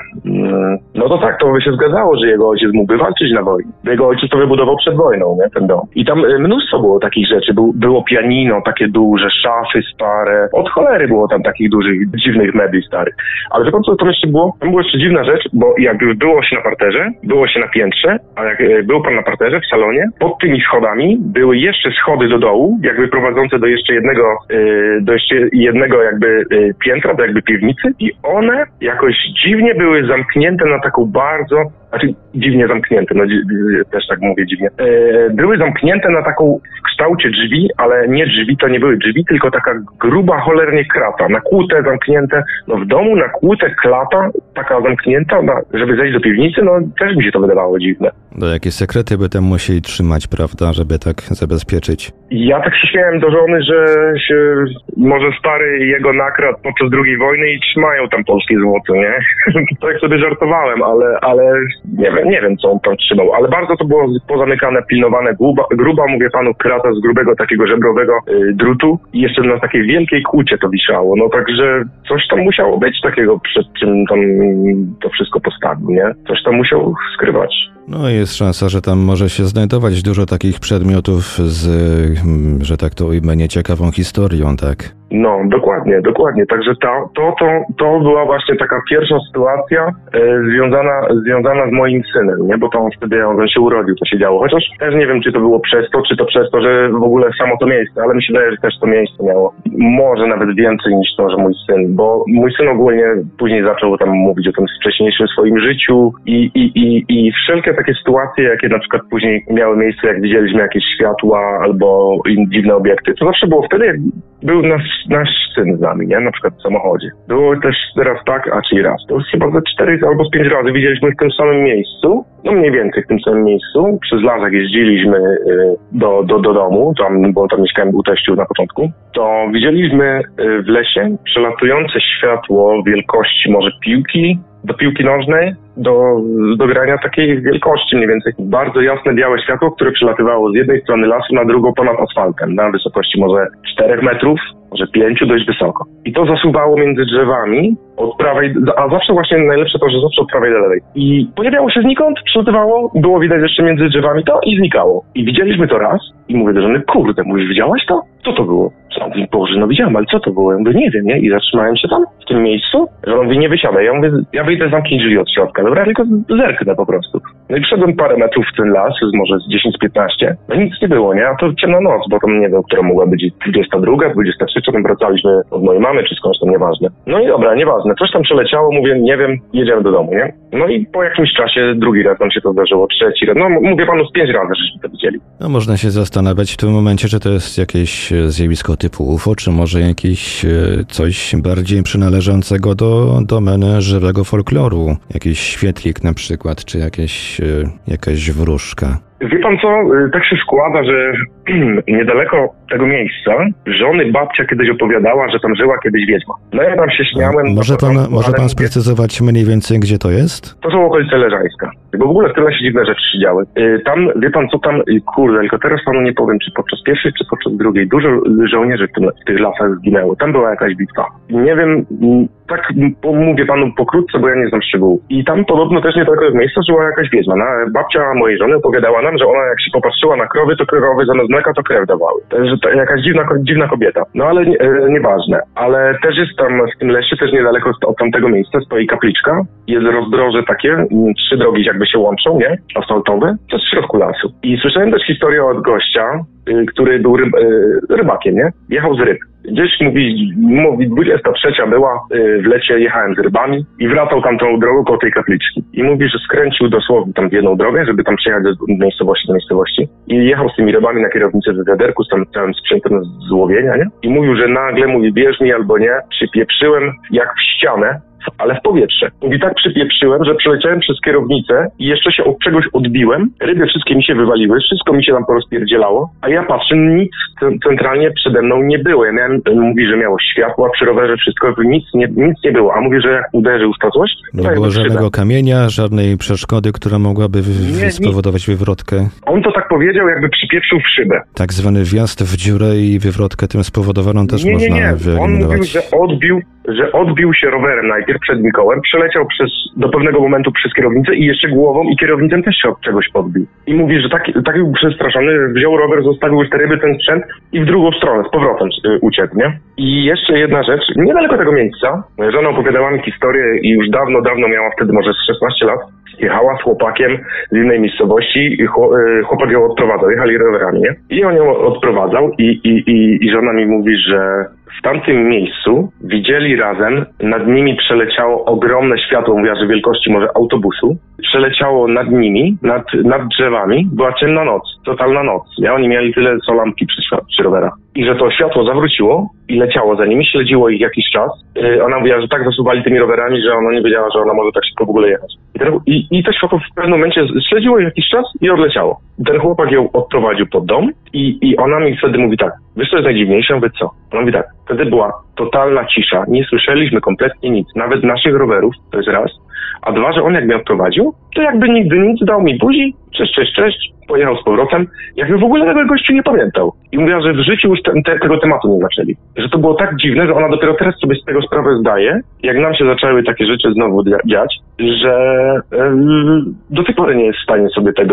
No to tak, to by się zgadzało, że jego ojciec mógłby walczyć na wojnie. Jego ojciec to wybudował przed wojną, nie, ten dom. I tam mnóstwo było takich rzeczy. Był, było pianino takie duże, szafy stare. Od cholery było tam takich dużych, dziwnych mebli starych. Ale wie pan co tam jeszcze było? Tam była jeszcze dziwna rzecz, bo jak było się na parterze, było się na piętrze, a jak był pan na parterze w salonie, pod tymi schodami były jeszcze schody do dołu, jakby prowadzące do jeszcze jednego, yy, do jeszcze jednego jakby yy, piętra, do jakby piwnicy i one jako jakoś dziwnie były zamknięte na taką bardzo, znaczy dziwnie zamknięte, no też tak mówię dziwnie, e, były zamknięte na taką w kształcie drzwi, ale nie drzwi, to nie były drzwi, tylko taka gruba cholernie krata, nakłute, zamknięte, no w domu nakłute klata, taka zamknięta, na, żeby zejść do piwnicy, no też mi się to wydawało dziwne. No jakie sekrety by tam musieli trzymać, prawda, żeby tak zabezpieczyć? Ja tak się śmiałem do żony, że się może stary jego nakradł podczas drugiej wojny i trzymają tam polskie złoto, nie? Tak sobie żartowałem, ale, ale nie wiem, nie wiem co on tam trzymał, ale bardzo to było pozamykane, pilnowane, gruba, gruba mówię panu, krata z grubego takiego żebrowego y, drutu i jeszcze na takiej wielkiej kłucie to wisiało, no także coś tam musiało być takiego, przed czym tam to wszystko postawił, nie? Coś tam musiał skrywać. No jest szansa, że tam może się znajdować dużo takich przedmiotów z, że tak to ujmę, nieciekawą historią, tak? No, dokładnie, dokładnie. Także to, to, to, to była właśnie taka pierwsza sytuacja e, związana, związana z moim synem, nie? Bo to on wtedy, jak on się urodził, to się działo. Chociaż też nie wiem, czy to było przez to, czy to przez to, że w ogóle samo to miejsce, ale mi się wydaje, że też to miejsce miało może nawet więcej niż to, że mój syn, bo mój syn ogólnie później zaczął tam mówić o tym wcześniejszym swoim życiu i, i, i, i wszelkie takie sytuacje, jakie na przykład później miały miejsce, jak widzieliśmy jakieś światła albo inne dziwne obiekty, to zawsze było wtedy, jak był nasz, nasz syn z nami, nie? Na przykład w samochodzie. Było też raz tak, a czyli raz. To już chyba ze cztery albo z pięć razy widzieliśmy w tym samym miejscu, no mniej więcej w tym samym miejscu. Przez las, jak jeździliśmy y, do, do, do domu, tam, bo tam mieszkałem u teściu na początku, to widzieliśmy y, w lesie przelatujące światło wielkości może piłki, do piłki nożnej, do, do grania takiej wielkości mniej więcej. Bardzo jasne, białe światło, które przelatywało z jednej strony lasu na drugą ponad asfaltem, na wysokości może czterech metrów, może pięciu, dość wysoko. I to zasuwało między drzewami od prawej, a zawsze właśnie najlepsze to, że zawsze od prawej do lewej. I pojawiało się znikąd, przelatywało, było widać jeszcze między drzewami to i znikało. I widzieliśmy to raz i mówię do żony, kurde, mówisz, widziałaś to? Co to było? Ja mówię, Boże, no widziałem, ale co to było? Ja mówię, nie wiem, nie? I zatrzymałem się tam, w tym miejscu. Żona mówi, nie wysiadaj. Ja mówię, ja wyjdę, zamknij drzwi od środka. Dobra, tylko zerknę po prostu. No i wszedłem parę metrów w ten las, może z dziesięć piętnaście. No nic nie było, nie? A to ciemna noc, bo tam nie wiem, która mogła być dwudziesta druga, dwudziesta trzecia, tam wracaliśmy od mojej mamy, czy skądś tam, nieważne. No i dobra, nieważne. Coś tam przeleciało, mówię, nie wiem, jedziemy do domu, nie? No i po jakimś czasie drugi raz nam się to zdarzyło, trzeci raz. No mówię panu, z pięć razy żeśmy to widzieli. No można się zastanawiać w tym momencie, czy to jest jakieś zjawisko typu U F O, czy może jakieś coś bardziej przynależącego do domeny żywego folkloru. Jakiś świetlik na przykład, czy jakieś, jakaś wróżka. Wie pan co, tak się składa, że niedaleko tego miejsca żony babcia kiedyś opowiadała, że tam żyła kiedyś wiedźma. No ja tam się śmiałem. Może pan, może pan sprecyzować mniej więcej, gdzie to jest? To są okolice Leżańska. Bo w ogóle w tym się dziwne rzeczy się działy. Tam, wie pan co tam, kurde, tylko teraz panu nie powiem, czy podczas pierwszej, czy podczas drugiej. Dużo żołnierzy w, tym, w tych lasach zginęło. Tam była jakaś bitwa. Nie wiem, tak mówię panu pokrótce, bo ja nie znam szczegółów. I tam podobno też niedaleko od miejsca żyła jakaś wiedźma. No, babcia mojej żony opowiadała nam, że ona jak się popatrzyła na krowy, to krowy zamiast mleka to krew dawały. To jest to jakaś dziwna, dziwna kobieta. No ale nie, e, nieważne. Ale też jest tam w tym lesie, też niedaleko od tamtego miejsca stoi kapliczka. Jest rozdroże takie, trzy drogi jakby się łączą, nie? Asfaltowe. To jest w środku lasu. I słyszałem też historię od gościa, y, który był ryb, y, rybakiem, nie? Jechał z ryb. Gdzieś mówi, mówi dwudziesta trzecia była, y, w lecie jechałem z rybami i wracał tam tą drogą koło tej kapliczki. I mówi, że skręcił dosłownie tam w jedną drogę, żeby tam przejechać do miejscowości do miejscowości. I jechał z tymi rybami na kierownicy w wiaderku z tam całym sprzętem z łowienia, nie? I mówił, że nagle, mówi, bierz mi albo nie, przypieprzyłem jak w ścianę, ale w powietrze. Mówi, tak przypieprzyłem, że przeleciałem przez kierownicę i jeszcze się od czegoś odbiłem. Ryby wszystkie mi się wywaliły, wszystko mi się tam porozpierdzielało, a ja patrzę, nic centralnie przede mną nie było. Ja miałem, mówi, że miało światła przy rowerze, wszystko, nic nie, nic nie było. A mówi, że jak uderzył w to coś... Nie było żadnego kamienia, żadnej przeszkody, która mogłaby wy- nie, spowodować nie. wywrotkę. On to tak powiedział, jakby przypieprzył w szybę. Tak zwany wjazd w dziurę i wywrotkę tym spowodowaną też nie, można nie, nie. wyeliminować. On mówił, że odbił, że odbił się rowerem najpierw przed Mikołem, przeleciał przez, do pewnego momentu przez kierownicę i jeszcze głową i kierownicą też się od czegoś podbił. I mówi, że tak, tak był przestraszony, wziął rower, zostawił już te ryby, ten sprzęt i w drugą stronę, z powrotem y, uciekł, nie? I jeszcze jedna rzecz, niedaleko tego miejsca, moja żona opowiadała mi historię i już dawno, dawno miała wtedy może z szesnaście lat, jechała z chłopakiem z innej miejscowości i chłopak ją odprowadzał, jechali rowerami, nie? I on ją odprowadzał i, i, i, i żona mi mówi, że w tamtym miejscu widzieli razem, nad nimi przeleciało ogromne światło, mówiła, że wielkości może autobusu, przeleciało nad nimi, nad, nad drzewami, była ciemna noc, totalna noc, nie? Oni mieli tyle co lampki przy, przy rowerach. I że to światło zawróciło i leciało za nimi, śledziło ich jakiś czas. Yy, ona mówiła, że tak zasuwali tymi rowerami, że ona nie wiedziała, że ona może tak szybko w ogóle jechać. I, ten, i, i to światło w pewnym momencie śledziło ich jakiś czas i odleciało. Ten chłopak ją odprowadził pod dom i, i ona mi wtedy mówi tak, wiesz co jest najdziwniejsze? Ja mówię, co? Ona mówi tak, wtedy była totalna cisza, nie słyszeliśmy kompletnie nic, nawet naszych rowerów, to jest raz. A dwa, że on jak mnie odprowadził, to jakby nigdy nic, dał mi buzi, cześć, cześć, cześć, pojechał z powrotem, jakby w ogóle tego gościu nie pamiętał. I mówiła, że w życiu już te, te, tego tematu nie zaczęli. Że to było tak dziwne, że ona dopiero teraz sobie z tego sprawę zdaje, jak nam się zaczęły takie rzeczy znowu dziać, że yy, do tej pory nie jest w stanie sobie tego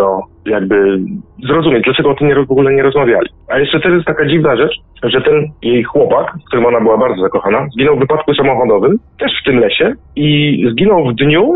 jakby zrozumieć, dlaczego o tym nie, w ogóle nie rozmawiali. A jeszcze też jest taka dziwna rzecz, że ten jej chłopak, w którym ona była bardzo zakochana, zginął w wypadku samochodowym, też w tym lesie i zginął w dniu,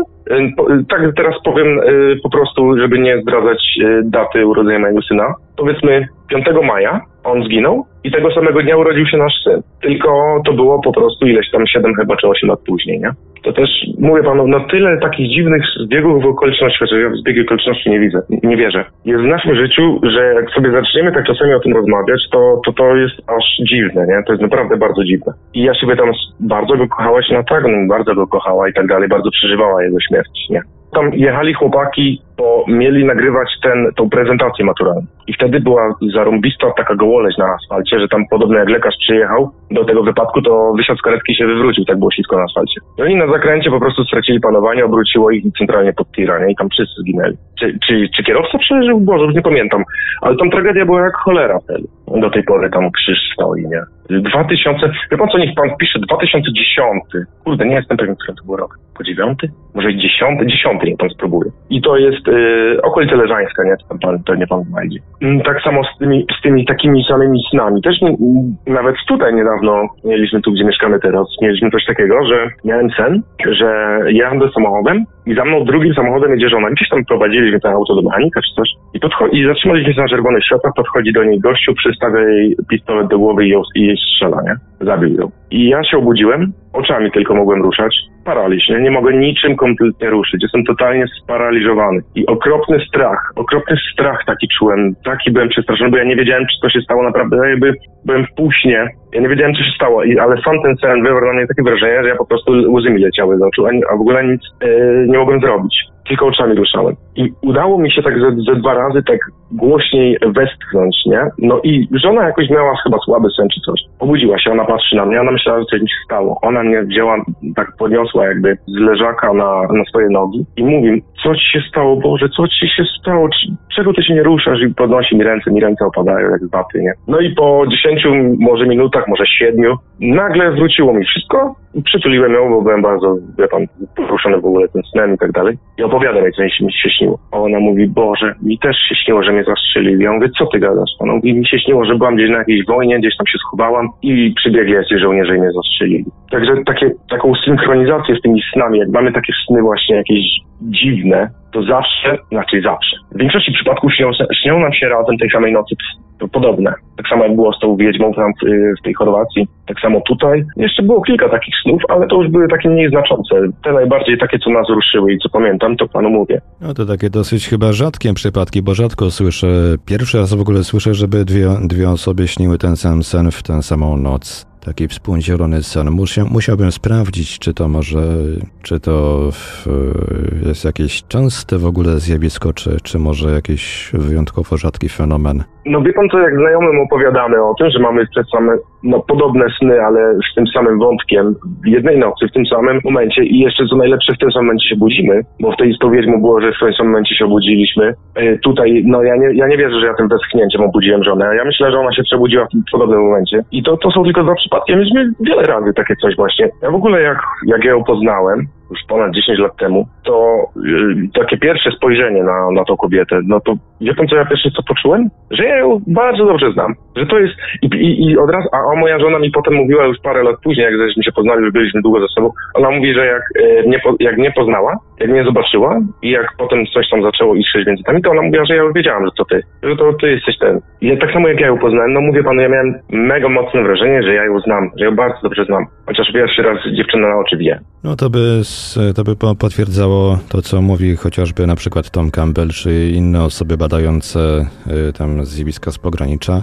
tak teraz powiem po prostu, żeby nie zdradzać daty urodzenia mojego syna, powiedzmy piątego maja on zginął i tego samego dnia urodził się nasz syn. Tylko to było po prostu ileś tam siedem chyba czy osiem lat później, nie? To też, mówię panu, no tyle takich dziwnych zbiegów w okolicznościach, że ja w zbiegi okoliczności nie widzę, nie wierzę. Jest w naszym życiu, że jak sobie zaczniemy tak czasami o tym rozmawiać, to to, to jest aż dziwne, nie? To jest naprawdę bardzo dziwne. I ja sobie tam bardzo go kochała się natargnął, bardzo go kochała i tak dalej, bardzo przeżywała jego śmierć, nie? Tam jechali chłopaki, bo mieli nagrywać ten, tą prezentację maturalną. I wtedy była zarąbista taka gołoleź na asfalcie, że tam podobno jak lekarz przyjechał do tego wypadku, to wysiadł z karetki i się wywrócił, tak było ślisko na asfalcie. I oni na zakręcie po prostu stracili panowanie, obróciło ich centralnie pod tir, nie? I tam wszyscy zginęli. Czy, czy, czy kierowca przeżył? Boże, już nie pamiętam. Ale tam tragedia była jak cholera wtedy. Do tej pory tam krzyż stoi, nie? dwa tysiące, wie pan co, niech pan pisze, dwa tysiące dziesiąty. Kurde, nie jestem pewien, który to był rok. Po dziewiąty? Może dziesiąty? Dziesiąty, niech pan spróbuje. I to jest yy, okolice Leżańska, nie? Tam pan, to nie pan znajdzie. Yy, tak samo z tymi, z tymi takimi samymi snami. Też nie, yy, nawet tutaj niedawno mieliśmy tu, gdzie mieszkamy teraz, mieliśmy coś takiego, że miałem sen, że jadę samochodem i za mną drugim samochodem jedzie żona. Gdzieś tam prowadziliśmy ten auto do mechanika czy coś. I, podcho- i zatrzymaliśmy się na czerwonych światłach, podchodzi do niej gościu, przystawia jej pistolet do głowy i, ją, i jej strzela, nie? Zabił ją. I ja się obudziłem, oczami tylko mogłem ruszać. Paraliż, nie? Nie mogę niczym kompletnie ruszyć. Jestem totalnie sparaliżowany. I okropny strach, okropny strach taki czułem. Taki byłem przestraszony, bo ja nie wiedziałem, czy to się stało naprawdę. Ja jakby byłem w półśnie. Ja nie wiedziałem, co się stało, I, ale sam ten sen wywarł na mnie takie wrażenie, że ja po prostu łzy mi leciały z oczu, a, a w ogóle nic yy, nie mogłem zrobić. Tylko oczami ruszałem. I udało mi się tak ze, ze dwa razy tak głośniej westchnąć, nie? No i żona jakoś miała chyba słaby sen czy coś. Obudziła się, ona patrzy na mnie, ona myślała, że coś mi się stało. Ona mnie wzięła, tak podniosła jakby z leżaka na, na swoje nogi i mówi, co ci się stało, Boże, co ci się stało, czego ty się nie ruszasz? I podnosi mi ręce, mi ręce opadają jak z baty, nie? No i po dziesięciu może minutach, może siedmiu, nagle wróciło mi wszystko. Przytuliłem ją, bo byłem bardzo, wie pan, poruszony w ogóle tym snem i tak dalej. I opowiadam jej, co mi się śniło. A ona mówi, Boże, mi też się śniło, że mnie zastrzelili. Ja mówię, co ty gadasz? Ona mówi, mi się śniło, że byłam gdzieś na jakiejś wojnie, gdzieś tam się schowałam i przybiegli jacyś żołnierze i mnie zastrzelili. Także takie, taką synchronizację z tymi snami, jak mamy takie sny właśnie jakieś dziwne, to zawsze, znaczy zawsze. W większości przypadków śnią, śnią nam się razem tej samej nocy to podobne. Tak samo jak było z tą wiedźmą tam w, w tej Chorwacji, tak samo tutaj. Jeszcze było kilka takich snów, ale to już były takie mniej znaczące. Te najbardziej takie, co nas ruszyły i co pamiętam, to panu mówię. No to takie dosyć chyba rzadkie przypadki, bo rzadko słyszę, pierwszy raz w ogóle słyszę, żeby dwie, dwie osoby śniły ten sam sen w tę samą noc. Taki współdzielony sen. Musia, musiałbym sprawdzić, czy to może, czy to w, jest jakieś częste w ogóle zjawisko, czy, czy może jakiś wyjątkowo rzadki fenomen. No wie pan co, jak znajomym opowiadamy o tym, że mamy te same, no podobne sny, ale z tym samym wątkiem w jednej nocy, w tym samym momencie i jeszcze co najlepsze, w tym samym momencie się budzimy, bo w tej z tą wiedźmą było, że w tym samym momencie się obudziliśmy. Yy, tutaj, no ja nie, ja nie wierzę, że ja tym westchnięciem obudziłem żonę. Ja myślę, że ona się przebudziła w tym podobnym momencie. I to, to są tylko dwa przypadki. Mieliśmy wiele razy takie coś właśnie. Ja w ogóle jak, jak ja ją poznałem, już ponad dziesięć lat temu, to yy, takie pierwsze spojrzenie na, na tą kobietę, no to wie pan co ja pierwsze co poczułem? Że ja ją bardzo dobrze znam. Że to jest, i, i, i od razu, a, a moja żona mi potem mówiła już parę lat później, jak żeśmy się poznali, że byliśmy długo ze sobą, ona mówi, że jak yy, mnie, jak mnie poznała, jak mnie zobaczyła i jak potem coś tam zaczęło iść między nami, to ona mówiła, że ja już wiedziałam, że to ty, że to ty jesteś ten. I tak samo jak ja ją poznałem, no mówię panu, ja miałem mega mocne wrażenie, że ja ją znam, że ją bardzo dobrze znam. Chociaż pierwszy raz dziewczyna na oczy wie. No to by, to by potwierdzało to, co mówi chociażby na przykład Tom Campbell, czy inne osoby badające y, tam zjawiska z pogranicza,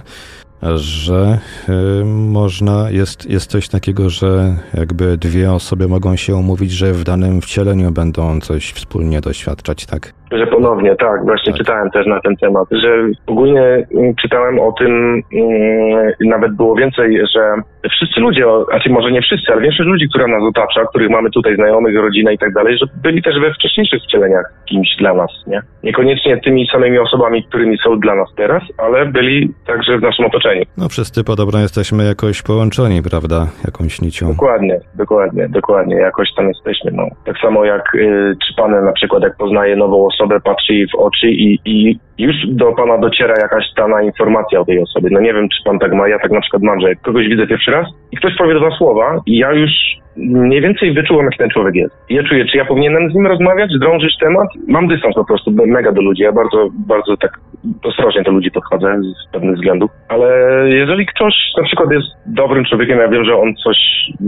że y, można, jest, jest coś takiego, że jakby dwie osoby mogą się umówić, że w danym wcieleniu będą coś wspólnie doświadczać, tak? Że ponownie, tak, właśnie tak. Czytałem też na ten temat, że ogólnie czytałem o tym, yy, nawet było więcej, że wszyscy ludzie, znaczy może nie wszyscy, ale większość ludzi, która nas otacza, których mamy tutaj znajomych, rodzinę i tak dalej, że byli też we wcześniejszych wcieleniach kimś dla nas, nie? Niekoniecznie tymi samymi osobami, którymi są dla nas teraz, ale byli także w naszym otoczeniu. No wszyscy podobno jesteśmy jakoś połączeni, prawda? Jakąś nicią. Dokładnie, dokładnie, dokładnie, jakoś tam jesteśmy, no. Tak samo jak, yy, czy pan na przykład jak poznaje nową osobę, patrzy jej w oczy i, i już do pana dociera jakaś dana informacja o tej osobie. No nie wiem, czy pan tak ma, ja tak na przykład mam, że jak kogoś widzę pierwszy raz i ktoś powie dwa słowa i ja już mniej więcej wyczułam, jaki ten człowiek jest. I ja czuję, czy ja powinienem z nim rozmawiać, drążyć temat. Mam dystans po prostu, mega do ludzi. Ja bardzo, bardzo tak ostrożnie do ludzi podchodzę z pewnych względów. Ale jeżeli ktoś na przykład jest dobrym człowiekiem, ja wiem, że on coś,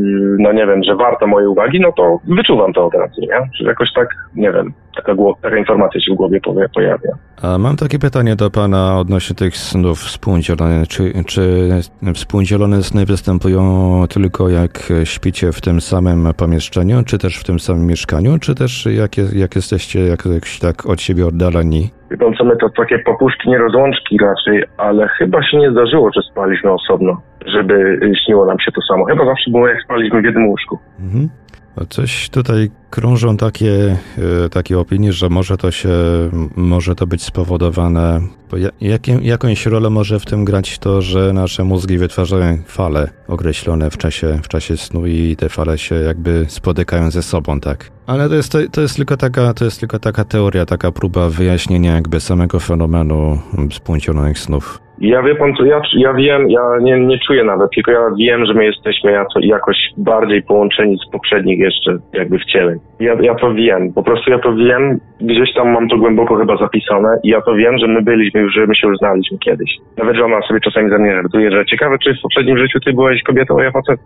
no nie wiem, że warto mojej uwagi, no to wyczuwam to od razu, nie? Że jakoś tak, nie wiem, taka, taka informacja się w głowie pojawia. A mam takie pytanie do pana odnośnie tych snów współdzielonych. Czy, czy współdzielone sny występują tylko jak śpicie w tym samym pomieszczeniu, czy też w tym samym mieszkaniu, czy też jak, jak jesteście jakoś tak od siebie oddaleni? Wie pan co, my to takie popuszki, nie rozłączki raczej, ale chyba się nie zdarzyło, że spaliśmy osobno, żeby śniło nam się to samo. Chyba zawsze było, jak spaliśmy w jednym łóżku. Mhm. Coś tutaj krążą takie, takie opinie, że może to się, może to być spowodowane, bo jakie, jakąś rolę może w tym grać to, że nasze mózgi wytwarzają fale określone w czasie, w czasie snu i te fale się jakby spotykają ze sobą, tak? Ale to jest, to, to jest tylko taka, to jest tylko taka teoria, taka próba wyjaśnienia jakby samego fenomenu współdzielonych snów. Ja wie pan co, ja, ja wiem, ja nie, nie czuję nawet, tylko ja wiem, że my jesteśmy jakoś bardziej połączeni z poprzednich jeszcze jakby wcieleń. Ja, ja to wiem, po prostu ja to wiem, gdzieś tam mam to głęboko chyba zapisane i ja to wiem, że my byliśmy już, że my się już znaliśmy kiedyś. Nawet żona sobie czasami ze mnie żartuje, że ciekawe, czy w poprzednim życiu ty byłeś kobietą, a ja facet.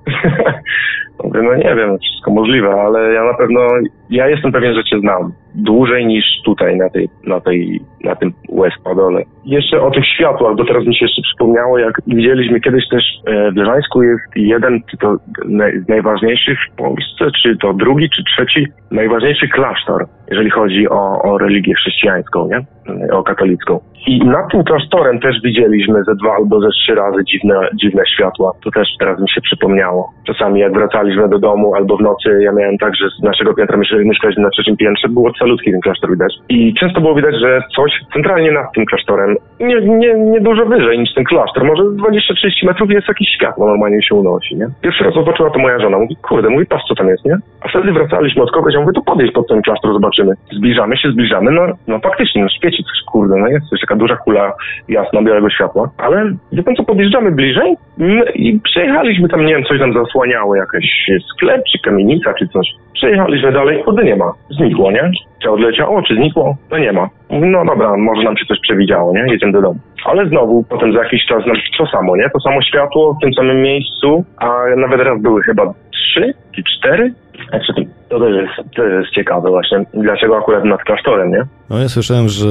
Mówię, no nie wiem, wszystko możliwe, ale ja na pewno, ja jestem pewien, że cię znam. Dłużej niż tutaj, na tej, na tej, na tym West-Padole. Jeszcze o tych światłach, bo teraz mi się jeszcze przypomniało, jak widzieliśmy kiedyś też w Leżańsku jest jeden, czy to z najważniejszych w Polsce, czy to drugi, czy trzeci, najważniejszy klasztor, jeżeli chodzi o, o religię chrześcijańską, nie? O katolicką. I nad tym klasztorem też widzieliśmy ze dwa albo ze trzy razy dziwne, dziwne światła. To też teraz mi się przypomniało. Czasami jak wracaliśmy do domu albo w nocy, ja miałem tak, że z naszego piętra mieszkaliśmy na trzecim piętrze, było calutki ten klasztor widać. I często było widać, że coś centralnie nad tym klasztorem, nie, nie, nie dużo wyżej niż ten klasztor, może dwadzieścia trzydzieści metrów jest jakieś światło, normalnie się unosi, nie? Pierwszy raz zobaczyła to moja żona, mówi, kurde, mówi, patrz co tam jest, nie? A wtedy wracaliśmy od kogoś, ja mówię, to podjedź pod ten klasztor, zobaczymy. Zbliżamy się, zbliżamy, no, no faktycznie, no świeci coś, kurde, no jest coś, taka duża kula jasna, białego światła, ale wie pan co, podjeżdżamy bliżej i przejechaliśmy tam, nie wiem, coś nam zasłaniało, jakiś sklep, czy kamienica, czy coś. Przejechaliśmy dalej, wody nie ma. Znikło, nie? Czy odleciało, czy znikło? No nie ma. No dobra, może nam się coś przewidziało, nie? Jedziemy do domu. Ale znowu, potem za jakiś czas nam to samo, nie? To samo światło w tym samym miejscu, a nawet raz były chyba trzy, czy cztery. Znaczy, to też jest, to jest ciekawe właśnie. Dlaczego akurat nad klasztorem, nie? No ja słyszałem, że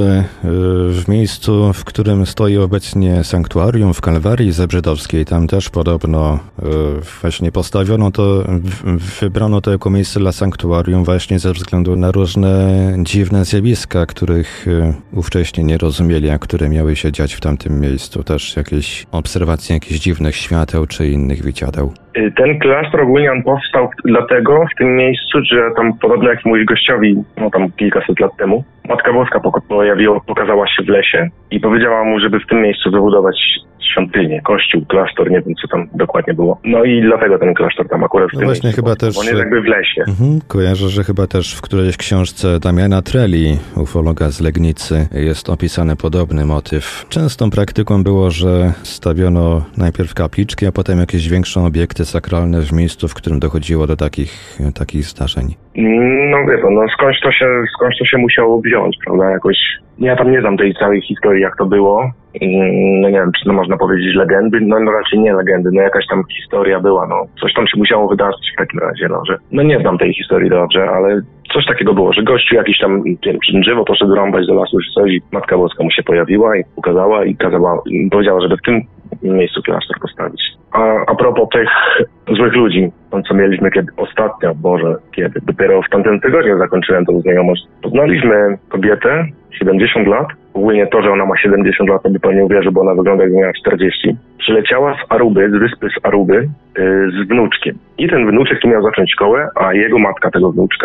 w miejscu, w którym stoi obecnie sanktuarium w Kalwarii Zebrzydowskiej, tam też podobno właśnie postawiono to, wybrano to jako miejsce dla sanktuarium właśnie ze względu na różne dziwne zjawiska, których ówcześnie nie rozumieli, a które miały się dziać w tamtym miejscu. Też jakieś obserwacje jakichś dziwnych świateł czy innych widziadeł. Ten klasztor ogólnie on powstał dlatego w tym miejscu, że tam podobno jakiemuś gościowi, no tam kilkaset lat temu, Matka Boska pojawiła, pokazała się w lesie i powiedziała mu, żeby w tym miejscu wybudować świątynię, kościół, klasztor, nie wiem co tam dokładnie było. No i dlatego ten klasztor tam akurat w no tym właśnie miejscu. Chyba też, on jest jakby w lesie. Mhm, kojarzę, że chyba też w którejś książce Damiana Treli, ufologa z Legnicy, jest opisany podobny motyw. Częstą praktyką było, że stawiono najpierw kapliczki, a potem jakieś większe obiekty sakralne w miejscu, w którym dochodziło do takich, takich zdarzeń. No wie pan, no skądś to się, skądś to się musiało wziąć, prawda, jakoś. Ja tam nie znam tej całej historii, jak to było. No nie wiem, czy to można powiedzieć legendy, no, no raczej nie legendy, no jakaś tam historia była, no coś tam się musiało wydarzyć w takim razie, no że, no nie znam tej historii dobrze, ale coś takiego było, że gościu jakiś tam, nie wiem, czy drzewo poszedł rąbać do lasu, czy coś i Matka Boska mu się pojawiła i ukazała i kazała, i powiedziała, żeby w tym miejscu klasztor postawić. A, a propos tych złych ludzi, to co mieliśmy kiedy ostatnio, Boże, kiedy, dopiero w tamtym tygodniu zakończyłem tą znajomość. Poznaliśmy kobietę, siedemdziesiąt lat, ogólnie to, że ona ma siedemdziesiąt lat, to by pan nie uwierzył, bo ona wygląda jakby miała czterdzieści. Przyleciała z Aruby, z wyspy z Aruby, yy, z wnuczkiem. I ten wnuczek tu miał zacząć szkołę, a jego matka tego wnuczka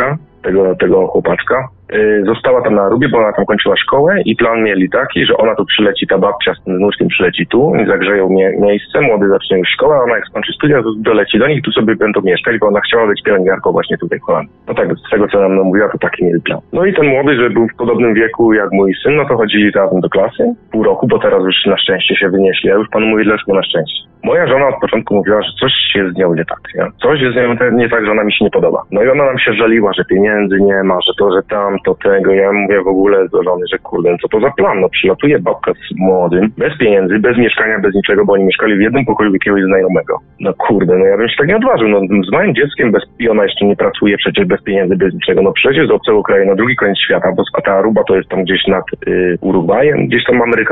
tego, tego chłopaczka. Yy, została tam na Arubie, bo ona tam kończyła szkołę i plan mieli taki, że ona tu przyleci, ta babcia z tym wnuczkiem przyleci tu i zagrzeją mie- miejsce, młody zacznie już szkołę, a ona jak skończy studia, to doleci do nich, tu sobie będą mieszkać, bo ona chciała być pielęgniarką właśnie tutaj w Holandii. No tak, z tego co nam no, mówiła, to taki mieli plan. No i ten młody, że był w podobnym wieku jak mój syn, no to chodzili razem do klasy, pół roku, bo teraz już na szczęście się wynieśli. Ja już panu mówię, dlaczego na szczęście. Moja żona od początku mówiła, że coś jest z nią nie tak, nie? Coś jest z nią nie tak, że ona mi się nie podoba. No i ona nam się żaliła, że pieniędzy nie ma, że to, że tamto, tego. Ja mówię w ogóle do żony, że kurde, co to za plan? No przylatuje babka z młodym, bez pieniędzy, bez mieszkania, bez niczego, bo oni mieszkali w jednym pokoju jakiegoś znajomego. No kurde, no ja bym się tak nie odważył. No z małym dzieckiem bez, i ona jeszcze nie pracuje przecież bez pieniędzy, bez niczego. No przecież z obcego kraju na drugi koniec świata, bo a ta Aruba to jest tam gdzieś nad y, Urugwajem, gdzieś tam Ameryka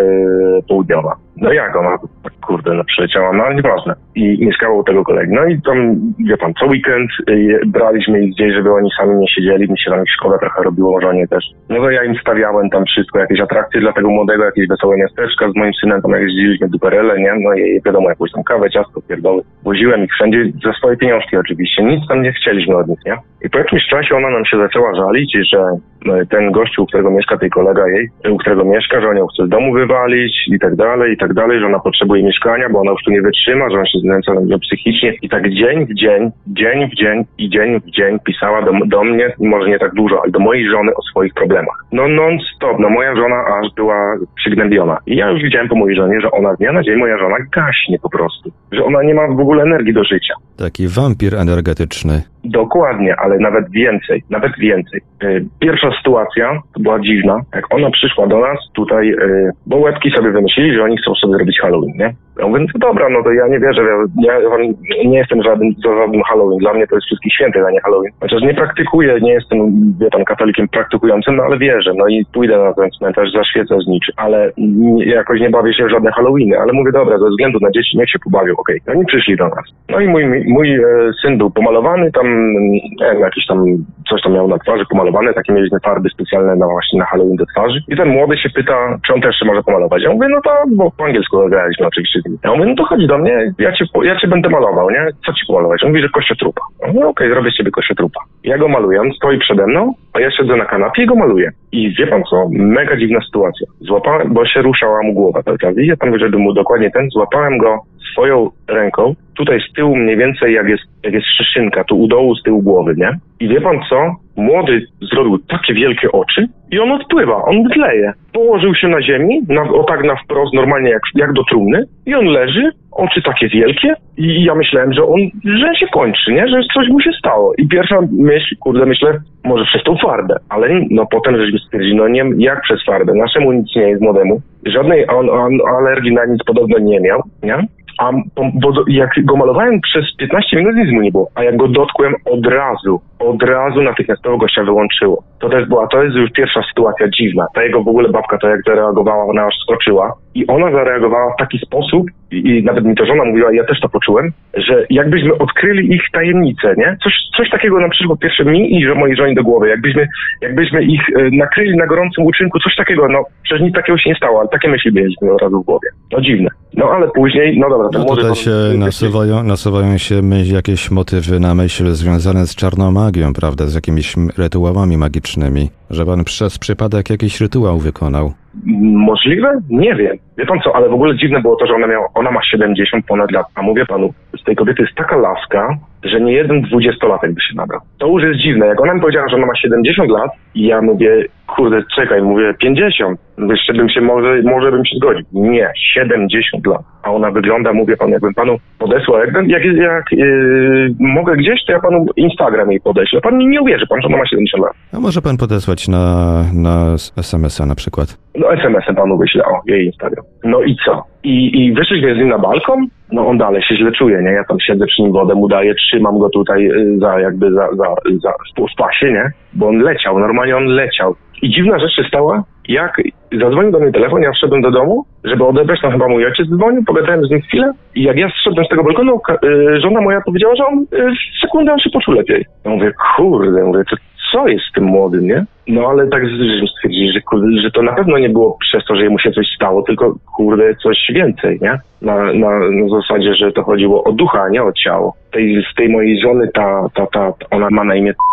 y, Południowa. No jak ona, kurde, no przyleciała, no ale nieważne. I mieszkała u tego kolegi. No i tam, wie pan, co weekend y, braliśmy ich gdzieś, żeby oni sami nie siedzieli, mi się tam ich szkoda trochę robiło, może oni też. No to ja im stawiałem tam wszystko, jakieś atrakcje dla tego młodego, jakieś wesołe miasteczka z moim synem, tam jak jeździliśmy do Perele, nie? No i wiadomo, jakąś tam kawę, ciasto, pierdoły. Woziłem ich wszędzie za swoje pieniążki oczywiście, nic tam nie chcieliśmy od nich, nie? I po jakimś czasie ona nam się zaczęła żalić, że ten gościu, u którego mieszka, tej kolega jej, u którego mieszka, że on ją chce z domu wywalić i tak dalej, i tak dalej, że ona potrzebuje mieszkania, bo ona już tu nie wytrzyma, że on się znęca na nią psychicznie. I tak dzień w dzień, dzień w dzień i dzień w dzień pisała do, do mnie, może nie tak dużo, ale do mojej żony o swoich problemach. No non stop, no moja żona aż była przygnębiona. I ja już widziałem po mojej żonie, że ona z dnia na dzień, moja żona gaśnie po prostu. Że ona nie ma w ogóle energii do życia. Taki wampir energetyczny. Dokładnie, ale nawet więcej, nawet więcej. Pierwsza sytuacja była dziwna, jak ona przyszła do nas tutaj, bo łebki sobie wymyślili, że oni chcą sobie zrobić Halloween, nie? Ja mówię, no dobra, no to ja nie wierzę, ja, ja nie jestem żadnym, za żadnym Halloween, dla mnie to jest wszystkich świętych, a nie Halloween. Chociaż nie praktykuję, nie jestem, wie pan, katolikiem praktykującym, no ale wierzę, no i pójdę na ten cmentarz, zaświecę zniczy, ale nie, jakoś nie bawię się w żadne Halloweeny, ale mówię, dobra, ze względu na dzieci, niech się pobawią, okej. Okay. Oni przyszli do nas. No i mój, mój e, syn był pomalowany, tam, nie wiem, jakiś tam, coś tam miał na twarzy pomalowane, takie mieliśmy farby specjalne na właśnie na Halloween do twarzy. I ten młody się pyta, czy on też się może pomalować. Ja mówię, no to, bo po angielsku graliśmy oczywiście. Ja mówię, no to chodź do mnie, ja cię, ja cię będę malował, nie? Co ci pomalować? On mówi, że kościotrupa. Ja mówię, okej, okay, zrobię z ciebie kościotrupa. Ja go maluję, on stoi przede mną, a ja siedzę na kanapie i go maluję. I wie pan co? Mega dziwna sytuacja. Złapałem, bo się ruszała mu głowa cały czas. I ja tam, żeby mu dokładnie ten, złapałem go swoją ręką, tutaj z tyłu mniej więcej jak jest, jak jest szyszynka, tu u dołu z tyłu głowy, nie? I wie pan co? Młody zrobił takie wielkie oczy i on odpływa, on mdleje. Położył się na ziemi, na, o tak na wprost, normalnie jak, jak do trumny i on leży, oczy takie wielkie i ja myślałem, że on, że się kończy, nie? Że coś mu się stało. I pierwsza myśl, kurde, myślę, może przez tą farbę, ale no potem żeśmy stwierdzili, no nie, jak przez farbę, naszemu nic nie jest młodemu, żadnej an, an, alergii na nic podobno nie miał, nie? A bo jak go malowałem przez piętnaście minut, nic mu nie było, a jak go dotkłem od razu, od razu natychmiastowo gościa wyłączyło. To też była, to jest już pierwsza sytuacja dziwna. Ta jego w ogóle babka, to jak zareagowała, ona aż skoczyła i ona zareagowała w taki sposób i, i nawet mi to żona mówiła, i ja też to poczułem, że jakbyśmy odkryli ich tajemnicę, nie? Coś, coś takiego nam przyszło pierwsze mi i że mojej żonie do głowy. Jakbyśmy, jakbyśmy ich e, nakryli na gorącym uczynku, coś takiego, no przecież nic takiego się nie stało, ale takie myśli mieliśmy od razu w głowie. No dziwne. No ale później, no dobra. No tutaj się to... nasuwają, nasuwają się myśl, jakieś motywy na myśl związane z czarną magią, prawda, z jakimiś rytuałami magicznymi, że pan przez przypadek jakiś rytuał wykonał. Możliwe? Nie wiem. Wie pan co, ale w ogóle dziwne było to, że ona miała, ona ma siedemdziesiąt ponad lat, a mówię panu, z tej kobiety jest taka laska, że nie jeden dwudziestolatek by się nabrał. To już jest dziwne. Jak ona mi powiedziała, że ona ma siedemdziesiąt lat i ja mówię, kurde, czekaj, mówię pięćdziesiąt. Jeszcze bym się, może, może bym się zgodził. Nie, siedemdziesiąt lat. A ona wygląda, mówię panu, jakbym panu podesłał, jak, jak, jak yy, mogę gdzieś, to ja panu Instagram jej podeślę. Pan nie uwierzy, pan, że ona ma siedemdziesiąt lat. A może pan podesłać na, na es em es a na przykład? No es em es em panu wyślę, o, jej Instagram. No i co? I, i wyszliśmy z nim na balkon, no on dalej się źle czuje, nie? Ja tam siedzę przy nim, wodę mu daję, trzymam go tutaj za jakby za, za, za w pasie, nie? Bo on leciał, normalnie on leciał. I dziwna rzecz się stała, jak zadzwonił do mnie telefon, ja wszedłem do domu, żeby odebrać, no chyba mój ojciec dzwonił, pogadałem z nim chwilę i jak ja zszedłem z tego balkonu, żona moja powiedziała, że on w sekundę on się poczuł lepiej. Ja mówię, kurde, mówię, to co jest z tym młodym, nie? No ale tak żeśmy stwierdzili, że, kurde, że to na pewno nie było przez to, że mu się coś stało, tylko kurde coś więcej, nie? Na, na, na zasadzie, że to chodziło o ducha, a nie o ciało. Tej, z tej mojej żony, ta, ta, ta, ona ma na imię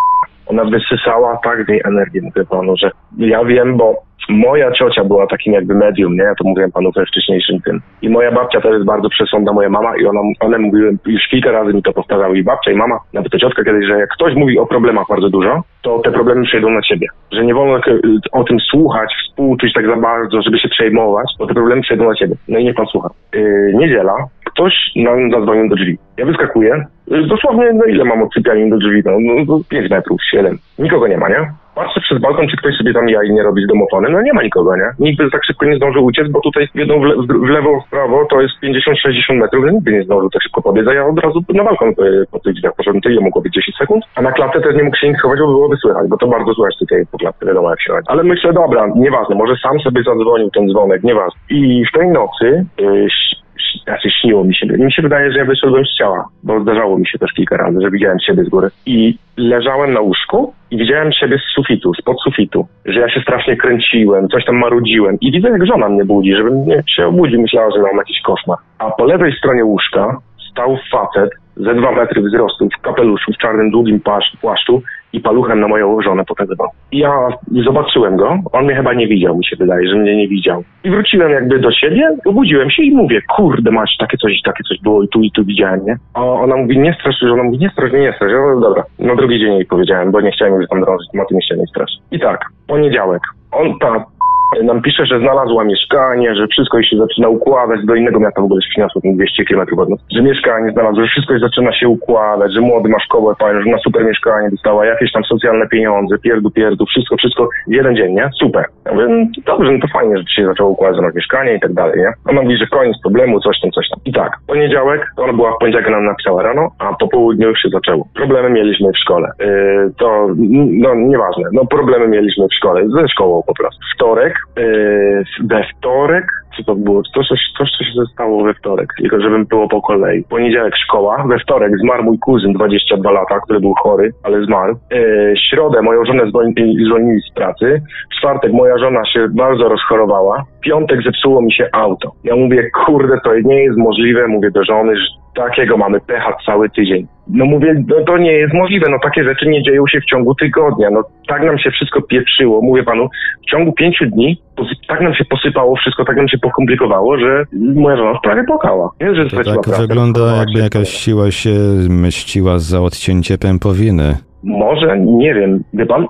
Ona wysysała tak z niej energię, mówię panu, że ja wiem, bo moja ciocia była takim jakby medium, nie? Ja to mówiłem panu we wcześniejszym tym. I moja babcia też jest bardzo przesądna, moja mama, i ona, one mówiły, już kilka razy mi to powtarzały, i babcia, i mama, nawet to ciotka kiedyś, że jak ktoś mówi o problemach bardzo dużo, to te problemy przejdą na ciebie. Że nie wolno o tym słuchać, współczuć tak za bardzo, żeby się przejmować, bo te problemy przejdą na ciebie. No i niech pan słucha. Yy, niedziela, ktoś nam zadzwonił do drzwi. Ja wyskakuję, yy, dosłownie, no ile mam od sypialni do drzwi? No, no pięć metrów, siedem. Nikogo nie ma, nie? Patrzę przez balkon, czy ktoś sobie tam jaj nie robi z domofonem. No nie ma nikogo, nie? Nikt by tak szybko nie zdążył uciec, bo tutaj jedną w, le- w lewo, w prawo to jest pięćdziesiąt sześćdziesiąt metrów, no nikt by nie zdążył tak szybko pobiec, a ja od razu na balkon po tych drzwiach poszedłem, to ile mogło być dziesięć sekund? A na klatce też nie mógł się nikt chować, bo byłoby słychać, bo to bardzo słychać tutaj po klatce, wiadomo jak się chodzi. Ale myślę, dobra, nieważne, może sam sobie zadzwonił ten dzwonek, nieważne. I w tej nocy yy, Znaczy śniło mi się. Mi się wydaje, że ja wyszedłem z ciała, bo zdarzało mi się też kilka razy, że widziałem siebie z góry. I leżałem na łóżku i widziałem siebie z sufitu, spod sufitu, że ja się strasznie kręciłem, coś tam marudziłem. I widzę, jak żona mnie budzi, żebym nie się obudził, myślała, że mam jakiś koszmar. A po lewej stronie łóżka stał facet ze dwa metry wzrostu, w kapeluszu, w czarnym, długim płaszczu i paluchem na moją żonę pokazywał. I ja zobaczyłem go, on mnie chyba nie widział, mi się wydaje, że mnie nie widział. I wróciłem jakby do siebie, obudziłem się i mówię, kurde masz, takie coś, takie coś było i tu, i tu widziałem, nie? A ona mówi, nie strasz, że ona mówi, nie strasz, nie, nie strasz. Ja mówię, dobra, na drugi dzień jej powiedziałem, bo nie chciałem już tam drążyć, ma ty mnie się nie strasz. I tak, poniedziałek, on, ta nam pisze, że znalazła mieszkanie, że wszystko jej się zaczyna układać, do innego miasta w ogóle się przeniosło, dwieście kilometrów od nas, że mieszkanie znalazło, że wszystko jej zaczyna się układać, że młody ma szkołę fajną, że na super mieszkanie dostała jakieś tam socjalne pieniądze, pierdu, pierdu, wszystko, wszystko w jeden dzień, nie? Super. Ja mówię, no dobrze, no to fajnie, że ci się zaczęło układać, że masz mieszkanie i tak dalej, nie? Ona mówi, że koniec problemu, coś tam, coś tam. I tak, poniedziałek, ona była w poniedziałek, nam napisała rano, a po południu już się zaczęło. Problemy mieliśmy w szkole. Yy, to, no nieważne, no problemy mieliśmy w szkole, ze szkołą po prostu. Wtorek, Yy, we wtorek, czy to było, coś, coś, coś co się stało we wtorek, tylko żebym było po kolei. Poniedziałek szkoła, we wtorek zmarł mój kuzyn, dwadzieścia dwa lata, który był chory, ale zmarł. Yy, środę moją żonę zwolnili, zwolnili z pracy, w czwartek moja żona się bardzo rozchorowała, piątek zepsuło mi się auto. Ja mówię, kurde, to nie jest możliwe, mówię do żony, że takiego mamy pecha cały tydzień. No mówię, no to nie jest możliwe, no takie rzeczy nie dzieją się w ciągu tygodnia, no tak nam się wszystko pieprzyło, mówię panu, w ciągu pięciu dni tak nam się posypało wszystko, tak nam się pokomplikowało, że moja żona prawie płakała. Nie, że to tak pracę, wygląda, jakby jakaś siła się mściła za odcięcie pępowiny. Może, nie wiem, wie pan,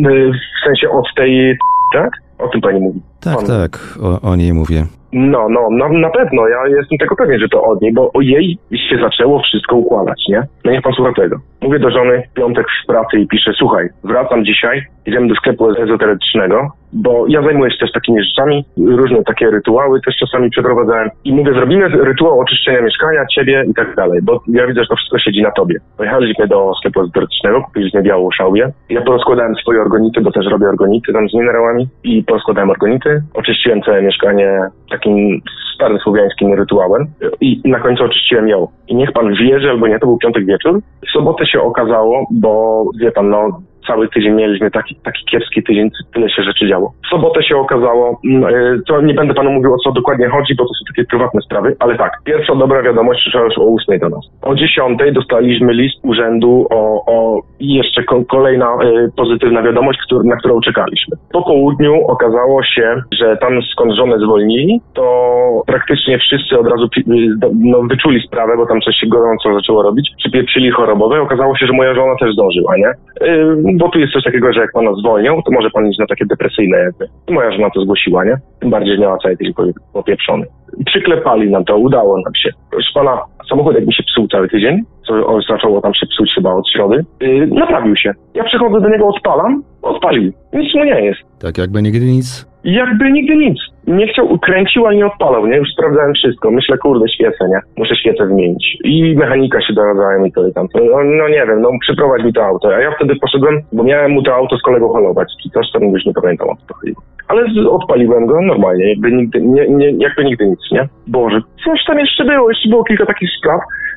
w sensie od tej, tak? O tym pani mówi. Tak, pan... tak, o, o niej mówię. No, no, no, na pewno, ja jestem tego pewien, że to od niej, bo o jej się zaczęło wszystko układać, nie? No niech pan słucha tego. Mówię do żony w piątek w pracy i piszę, słuchaj, wracam dzisiaj, idziemy do sklepu ezoterycznego, bo ja zajmuję się też takimi rzeczami, różne takie rytuały też czasami przeprowadzałem i mówię, zrobimy rytuał oczyszczenia mieszkania, ciebie i tak dalej, bo ja widzę, że to wszystko siedzi na tobie. Pojechaliśmy do sklepu ezoterycznego, kupiliśmy białą szałwię, ja porozkładałem swoje organity, bo też robię organity tam z minerałami i porozkładałem organity, oczyściłem całe mieszkanie takim starym słowiańskim rytuałem i na końcu oczyściłem ją. I niech pan wierzy albo nie, to był piątek wieczór. W sobotę się okazało, bo wie pan, no cały tydzień mieliśmy taki, taki kiepski tydzień, tyle się rzeczy działo. W sobotę się okazało, to nie będę panu mówił, o co dokładnie chodzi, bo to są takie prywatne sprawy, ale tak, pierwsza dobra wiadomość przyszła już o ósmej do nas. O dziesiątej dostaliśmy list urzędu o, o jeszcze ko- kolejna y, pozytywna wiadomość, który, na którą czekaliśmy. Po południu okazało się, że tam skąd żonę zwolnili, to praktycznie wszyscy od razu pi- no, wyczuli sprawę, bo tam coś się gorąco zaczęło robić, przypieprzyli chorobowe. Okazało się, że moja żona też zdążyła, nie? Y, bo tu jest coś takiego, że jak pana zwolnią, to może pan iść na takie depresyjne jakby. I moja żona to zgłosiła, nie? Tym bardziej, że miała cały tydzień popieprzony. Przyklepali nam to, udało nam się. Proszę pana, samochód jak mi się psuł cały tydzień, co zaczęło tam się psuć chyba od środy, yy, naprawił się. Ja przychodzę do niego, odpalam, odpalił. Nic mu nie jest. Tak jakby nigdy nic? Jakby nigdy nic. Nie chciał, kręcił, ale nie odpalał, nie? Już sprawdzałem wszystko. Myślę, kurde, świecę, nie? Muszę świecę zmienić. I mechanika się doradzają i to i tam. No, no nie wiem, no przyprowadź mi to auto. A ja wtedy poszedłem, bo miałem mu to auto z kolegą holować. Czy coś tam już nie pamiętam o co to chodziło. Ale odpaliłem go normalnie, jakby nigdy, nie, nie, jakby nigdy nic, nie? Boże, coś tam jeszcze było, jeszcze było kilka takich spraw,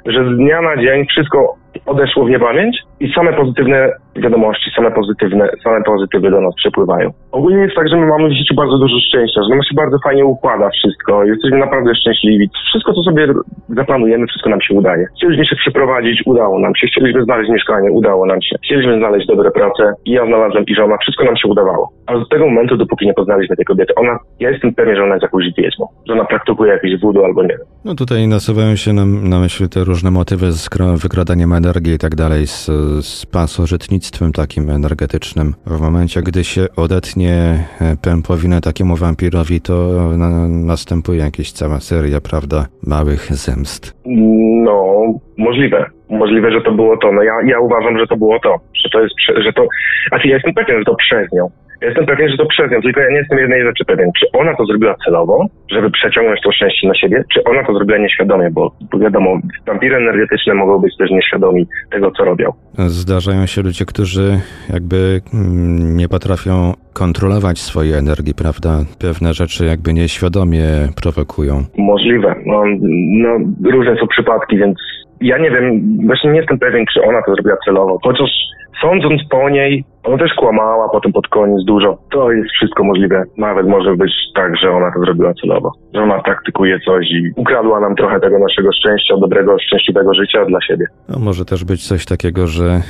że z dnia na dzień wszystko odeszło w niepamięć i same pozytywne wiadomości, same pozytywne, same pozytywy do nas przepływają. Ogólnie jest tak, że my mamy w życiu bardzo dużo szczęścia, że nam się bardzo fajnie układa wszystko, jesteśmy naprawdę szczęśliwi. Wszystko, co sobie zaplanujemy, wszystko nam się udaje. Chcieliśmy się przeprowadzić, udało nam się. Chcieliśmy znaleźć mieszkanie, udało nam się. Chcieliśmy znaleźć dobre prace i ja znalazłem i żona, wszystko nam się udawało. Ale do tego momentu, dopóki nie poznaliśmy tej kobiety, ona, ja jestem pewien, że ona jest jakąś wiedźmą, że ona praktykuje jakieś voodoo albo nie wiem. No tutaj nasuwają się nam na myśl te różne motywy z wykradaniem energii i tak dalej, z, z pasożytnictwem takim energetycznym. W momencie, gdy się odetnie pępowinę takiemu wampirowi, to na, następuje jakaś cała seria, prawda, małych zemst. No, możliwe. Możliwe, że to było to. No ja, ja uważam, że to było to. Że to jest, że to... Znaczy ja jestem pewien, że to przez nią. Ja jestem pewien, że to przez nią, tylko ja nie jestem jednej rzeczy pewien. Czy ona to zrobiła celowo, żeby przeciągnąć to szczęście na siebie, czy ona to zrobiła nieświadomie, bo, bo wiadomo, wampiry energetyczne mogą być też nieświadomi tego, co robią. Zdarzają się ludzie, którzy jakby nie potrafią kontrolować swojej energii, prawda? Pewne rzeczy jakby nieświadomie prowokują. Możliwe. No, no różne są przypadki, więc ja nie wiem, właśnie nie jestem pewien, czy ona to zrobiła celowo. Chociaż sądząc po niej, ona też kłamała potem pod koniec dużo. To jest wszystko możliwe. Nawet może być tak, że ona to zrobiła celowo. Że ona praktykuje coś i ukradła nam trochę tego naszego szczęścia, dobrego, szczęśliwego życia dla siebie. No, może też być coś takiego, że e,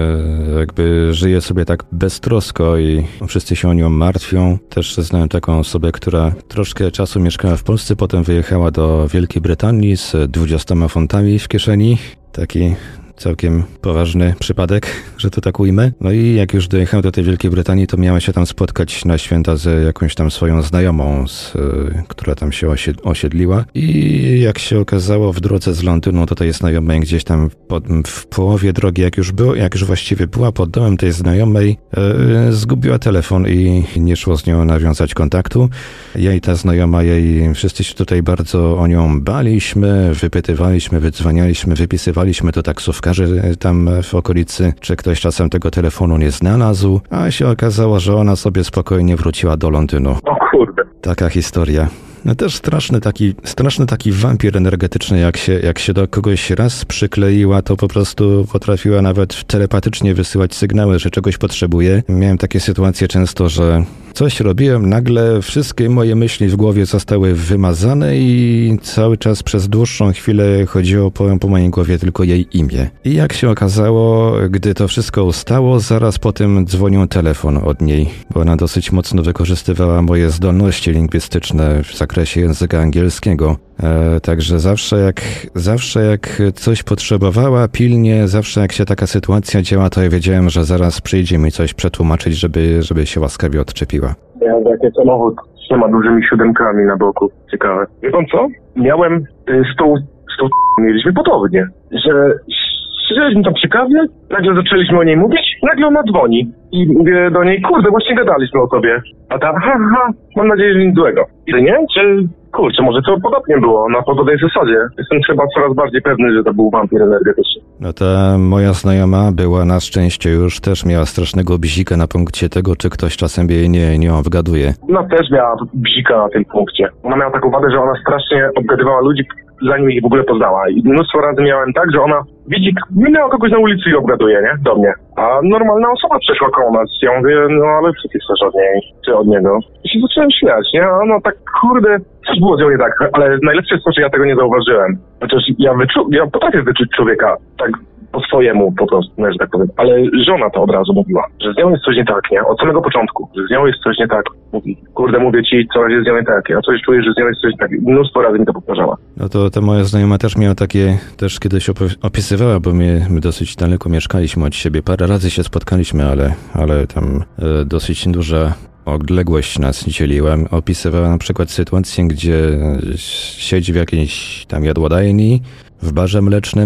jakby żyje sobie tak beztrosko i wszyscy się o nią martwią. Też znałem taką osobę, która troszkę czasu mieszkała w Polsce, potem wyjechała do Wielkiej Brytanii z dwudziestoma funtami w kieszeni. Taki całkiem poważny przypadek, że to tak ujmę. No i jak już dojechał do tej Wielkiej Brytanii, to miała się tam spotkać na święta z jakąś tam swoją znajomą, z, która tam się osiedliła. I jak się okazało w drodze z Londynu, to tej znajomej gdzieś tam pod, w połowie drogi, jak już było, jak już właściwie była pod domem tej znajomej, e, zgubiła telefon i nie szło z nią nawiązać kontaktu. Ja i ta znajoma jej, wszyscy się tutaj bardzo o nią baliśmy, wypytywaliśmy, wydzwanialiśmy, wypisywaliśmy to taksówkarzy tam w okolicy, czy ktoś czasem tego telefonu nie znalazł, a się okazało, że ona sobie spokojnie wróciła do Londynu. O kurde. Taka historia. No też straszny taki, straszny taki wampir energetyczny, jak się, jak się do kogoś raz przykleiła, to po prostu potrafiła nawet telepatycznie wysyłać sygnały, że czegoś potrzebuje. Miałem takie sytuacje często, że coś robiłem, nagle wszystkie moje myśli w głowie zostały wymazane i cały czas przez dłuższą chwilę chodziło po, po mojej głowie tylko jej imię. I jak się okazało, gdy to wszystko ustało, zaraz po tym dzwonił telefon od niej, bo ona dosyć mocno wykorzystywała moje zdolności lingwistyczne w zakresie języka angielskiego. E, także zawsze jak, zawsze jak coś potrzebowała pilnie, zawsze jak się taka sytuacja działa, to ja wiedziałem, że zaraz przyjdzie mi coś przetłumaczyć, żeby, żeby się łaskawie odczepiła. Miałem taki samochód z trzema dużymi siódemkami na boku. Ciekawe. Wie pan co? Miałem y, z tą, z tą mieliśmy podobnie, że siedzieliśmy tam przy kawie, nagle zaczęliśmy o niej mówić, nagle ona dzwoni. I mówię do niej, kurde, właśnie gadaliśmy o tobie. A ta, ha, ha, mam nadzieję, że nic złego. I nie? Czy, kurczę, może to podobnie było, na podobnej zasadzie. Jestem chyba coraz bardziej pewny, że to był wampir energetyczny. No ta moja znajoma była na szczęście już, też miała strasznego bzika na punkcie tego, czy ktoś czasem jej nie, nie obgaduje. Ona też miała bzika na tym punkcie. Ona miała taką wadę, że ona strasznie obgadywała ludzi, zanim ich w ogóle poznała. I mnóstwo razy miałem tak, że ona widzi, minęła kogoś na ulicy i obgaduje, nie? Do mnie. A normalna osoba przeszła koło nas. Ja mówię, no ale co ty chcesz od niej? Czy od niego? I się zacząłem śmiać, nie? A ona tak, kurde, coś było z nią nie tak. Ale najlepsze jest to, że ja tego nie zauważyłem. Chociaż ja wyczu... ja potrafię wyczuć człowieka tak po swojemu po prostu, że tak powiem. Ale żona to od razu mówiła, że z nią jest coś nie tak, nie? Od samego początku, że z nią jest coś nie tak. Mówi, kurde, mówię ci, coś jest z nią nie tak. Ja coś czuję, że z nią jest coś nie tak. Mnóstwo razy mi to powtarzała. No to ta moja znajoma też miała takie, też kiedyś opisywała, bo my, my dosyć daleko mieszkaliśmy od siebie. Parę razy się spotkaliśmy, ale, ale tam e, dosyć duża odległość nas dzieliła. Opisywała na przykład sytuację, gdzie siedzi w jakiejś tam jadłodajni, w barze mlecznym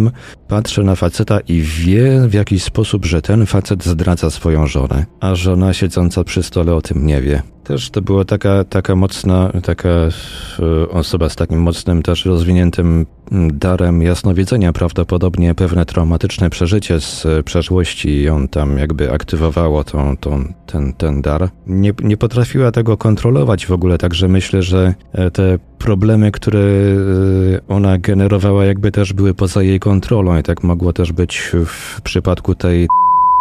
patrzy na faceta i wie w jakiś sposób, że ten facet zdradza swoją żonę, a żona siedząca przy stole o tym nie wie. Też to była taka, taka mocna, taka osoba z takim mocnym, też rozwiniętym darem jasnowidzenia, prawdopodobnie pewne traumatyczne przeżycie z przeszłości i on tam jakby aktywowało tą, tą, ten, ten dar. Nie, nie potrafiła tego kontrolować w ogóle, także myślę, że te problemy, które ona generowała, jakby też były poza jej kontrolą i tak mogło też być w przypadku tej,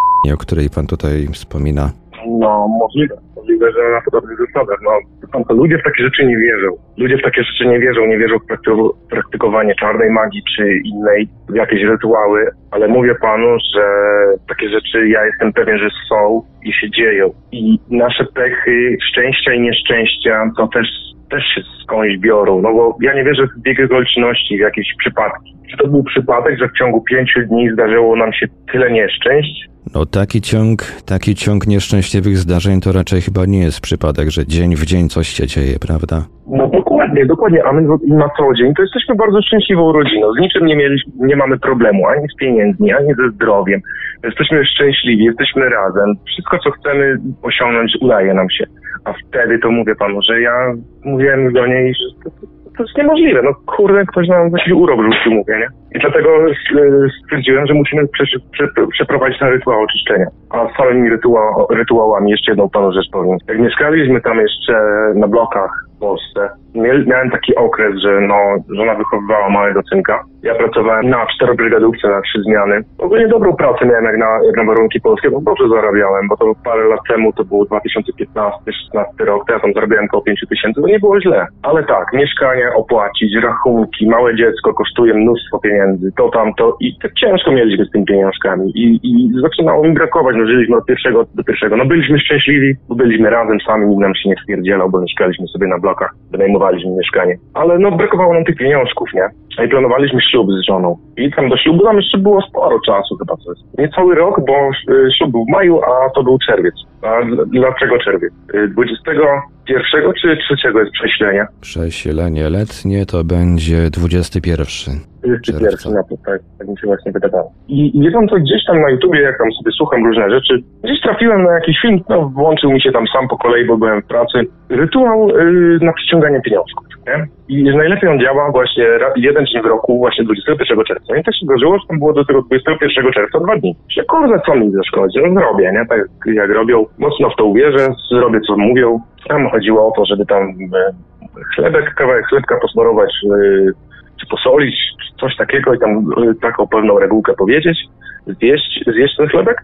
o której pan tutaj wspomina. No, możliwe. Możliwe, że na podobnych zasadach. No, to ludzie w takie rzeczy nie wierzą. Ludzie w takie rzeczy nie wierzą. Nie wierzą w prakty- praktykowanie czarnej magii czy innej, w jakieś rytuały. Ale mówię panu, że takie rzeczy ja jestem pewien, że są i się dzieją. I nasze pechy, szczęścia i nieszczęścia to też, też się skądś biorą. No bo ja nie wierzę w bieg okoliczności, w jakieś przypadki. Czy to był przypadek, że w ciągu pięciu dni zdarzyło nam się tyle nieszczęść? No taki ciąg, taki ciąg nieszczęśliwych zdarzeń to raczej chyba nie jest przypadek, że dzień w dzień coś się dzieje, prawda? No dokładnie, dokładnie, a my na co dzień to jesteśmy bardzo szczęśliwą rodziną. Z niczym nie mieliśmy, nie mamy problemu, ani z pieniędzmi, ani ze zdrowiem. Jesteśmy szczęśliwi, jesteśmy razem. Wszystko, co chcemy osiągnąć, udaje nam się. A wtedy to mówię panu, że ja mówiłem do niej, że to, to, to jest niemożliwe. No kurde, ktoś nam jakiś urok rzucił, mówię, nie? I dlatego stwierdziłem, że musimy prze, prze, przeprowadzić ten rytuał oczyszczenia. A z samymi rytuał, rytuałami jeszcze jedną panu rzecz powiem. Jak mieszkaliśmy tam jeszcze na blokach w Polsce, miałem taki okres, że no, żona wychowywała małego synka. Ja pracowałem na czterobrygadówce, na trzy zmiany. Ogólnie dobrą pracę miałem jak na, jak na warunki polskie, bo dobrze zarabiałem, bo to parę lat temu, to był dwa tysiące piętnasty szesnasty rok, to ja tam zarabiałem około pięć tysięcy, to nie było źle. Ale tak, mieszkanie opłacić, rachunki, małe dziecko kosztuje mnóstwo pieniędzy, to tamto i tak ciężko mieliśmy z tymi pieniążkami i, i zaczynało mi brakować, no żyliśmy od pierwszego do pierwszego. No byliśmy szczęśliwi, bo byliśmy razem sami, nikt nam się nie stwierdzielał, bo mieszkaliśmy sobie na blokach, wynajmowaliśmy mieszkanie. Ale no brakowało nam tych pieniążków, nie? I planowaliśmy ślub z żoną. I tam do ślubu nam jeszcze było sporo czasu chyba. To jest nie cały rok, bo ślub był w maju, a to był czerwiec. A dlaczego czerwiec? dwudziestego pierwszego czy trzeciego jest prześlenie? Przesilenie letnie to będzie dwudziesty pierwszy. dwudziesty pierwszy, no to tak, tak mi się właśnie wydawało. I, I wie pan co, gdzieś tam na YouTubie, jak tam sobie słucham różne rzeczy, gdzieś trafiłem na jakiś film, no włączył mi się tam sam po kolei, bo byłem w pracy, rytuał yy, na przyciąganie pieniążków, nie? I że najlepiej on działa właśnie jeden dzień w roku, właśnie dwudziestego pierwszego czerwca. I tak się zdarzyło, że tam było do tego dwudziestego pierwszego czerwca dwa dni. Że kurde, co mi zaszkodzi? No zrobię, nie? Tak jak robią, mocno w to uwierzę, zrobię co mówią. Tam chodziło o to, żeby tam yy, chlebek, kawałek chlebka posmarować, yy, czy posolić, czy coś takiego i tam yy, taką pewną regułkę powiedzieć, zjeść, zjeść ten chlebek.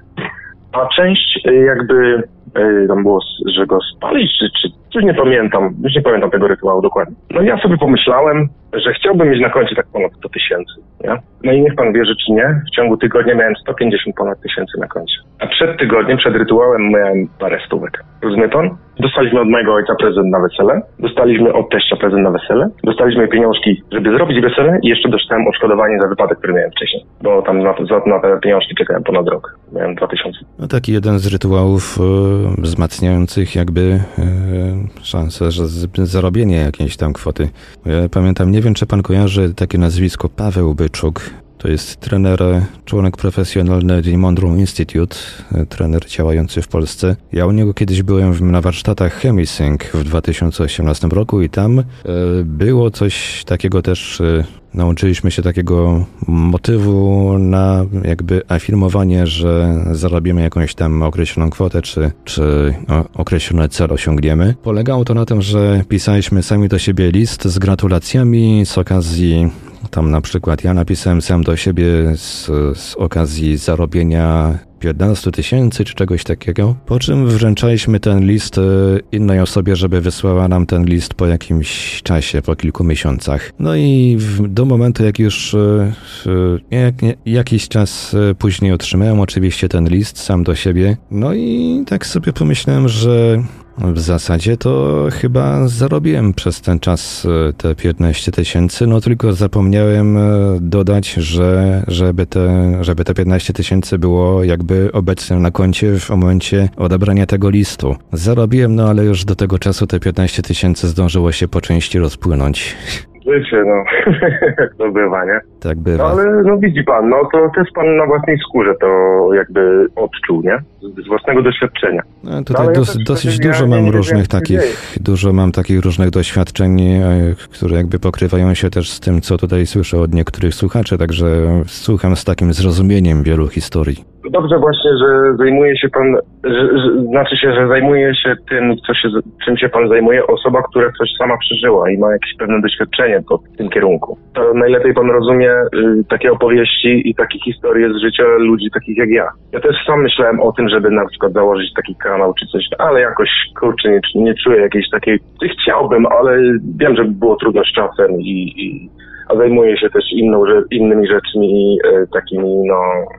A część yy, jakby yy, tam było, że go spalić, czy, czy coś nie pamiętam, już nie pamiętam tego rytuału dokładnie. No ja sobie pomyślałem, że chciałbym mieć na koncie tak ponad sto tysięcy, nie? No i niech pan wierzy czy nie, w ciągu tygodnia miałem sto pięćdziesiąt ponad tysięcy na koncie. A przed tygodniem, przed rytuałem miałem parę stówek. Rozumie pan? Dostaliśmy od mojego ojca prezent na wesele, dostaliśmy od teścia prezent na wesele, dostaliśmy pieniążki, żeby zrobić wesele i jeszcze dostałem odszkodowanie za wypadek, który miałem wcześniej. Bo tam na, za, na te pieniążki czekałem ponad rok. Miałem dwa tysiące. No taki jeden z rytuałów e, wzmacniających jakby e, szansę, że z, zarobienie jakiejś tam kwoty. Ja pamiętam, nie wiem czy pan kojarzy takie nazwisko Paweł Byczuk. To jest trener, członek profesjonalny The Monroe Institute, trener działający w Polsce. Ja u niego kiedyś byłem na warsztatach Chemisync w dwa tysiące osiemnastym roku i tam e, było coś takiego też, e, nauczyliśmy się takiego motywu na jakby afirmowanie, że zarobimy jakąś tam określoną kwotę, czy, czy o, określony cel osiągniemy. Polegało to na tym, że pisaliśmy sami do siebie list z gratulacjami z okazji. Tam na przykład ja napisałem sam do siebie z, z okazji zarobienia piętnaście tysięcy czy czegoś takiego, po czym wręczaliśmy ten list innej osobie, żeby wysłała nam ten list po jakimś czasie, po kilku miesiącach. No i w, do momentu, jak już jak, jakiś czas później otrzymałem oczywiście ten list sam do siebie, no i tak sobie pomyślałem, że w zasadzie to chyba zarobiłem przez ten czas te piętnaście tysięcy, no tylko zapomniałem dodać, że żeby te, żeby te piętnaście tysięcy było jakby obecne na koncie w momencie odebrania tego listu. Zarobiłem, no ale już do tego czasu te piętnaście tysięcy zdążyło się po części rozpłynąć. Życie, no. To bywa, nie? Tak bywa. No ale no widzi pan, no to też pan na własnej skórze to jakby odczuł, nie? Z, z własnego doświadczenia. No, tutaj no, ja dos, dosyć ja dużo nie, mam nie różnych wiem, takich, dużo mam takich różnych doświadczeń, które jakby pokrywają się też z tym, co tutaj słyszę od niektórych słuchaczy, także słucham z takim zrozumieniem wielu historii. Dobrze właśnie, że zajmuje się pan, że, że, znaczy się, że zajmuje się tym, co się, czym się pan zajmuje, osoba, która coś sama przeżyła i ma jakieś pewne doświadczenie to w tym kierunku. To najlepiej pan rozumie y, takie opowieści i takie historie z życia ludzi takich jak ja. Ja też sam myślałem o tym, żeby na przykład założyć taki kanał czy coś, ale jakoś, kurczę, nie, nie czuję jakiejś takiej, chciałbym, ale wiem, że by było trudno z czasem i, i a zajmuję się też inną, innymi rzeczmi, y, takimi, no,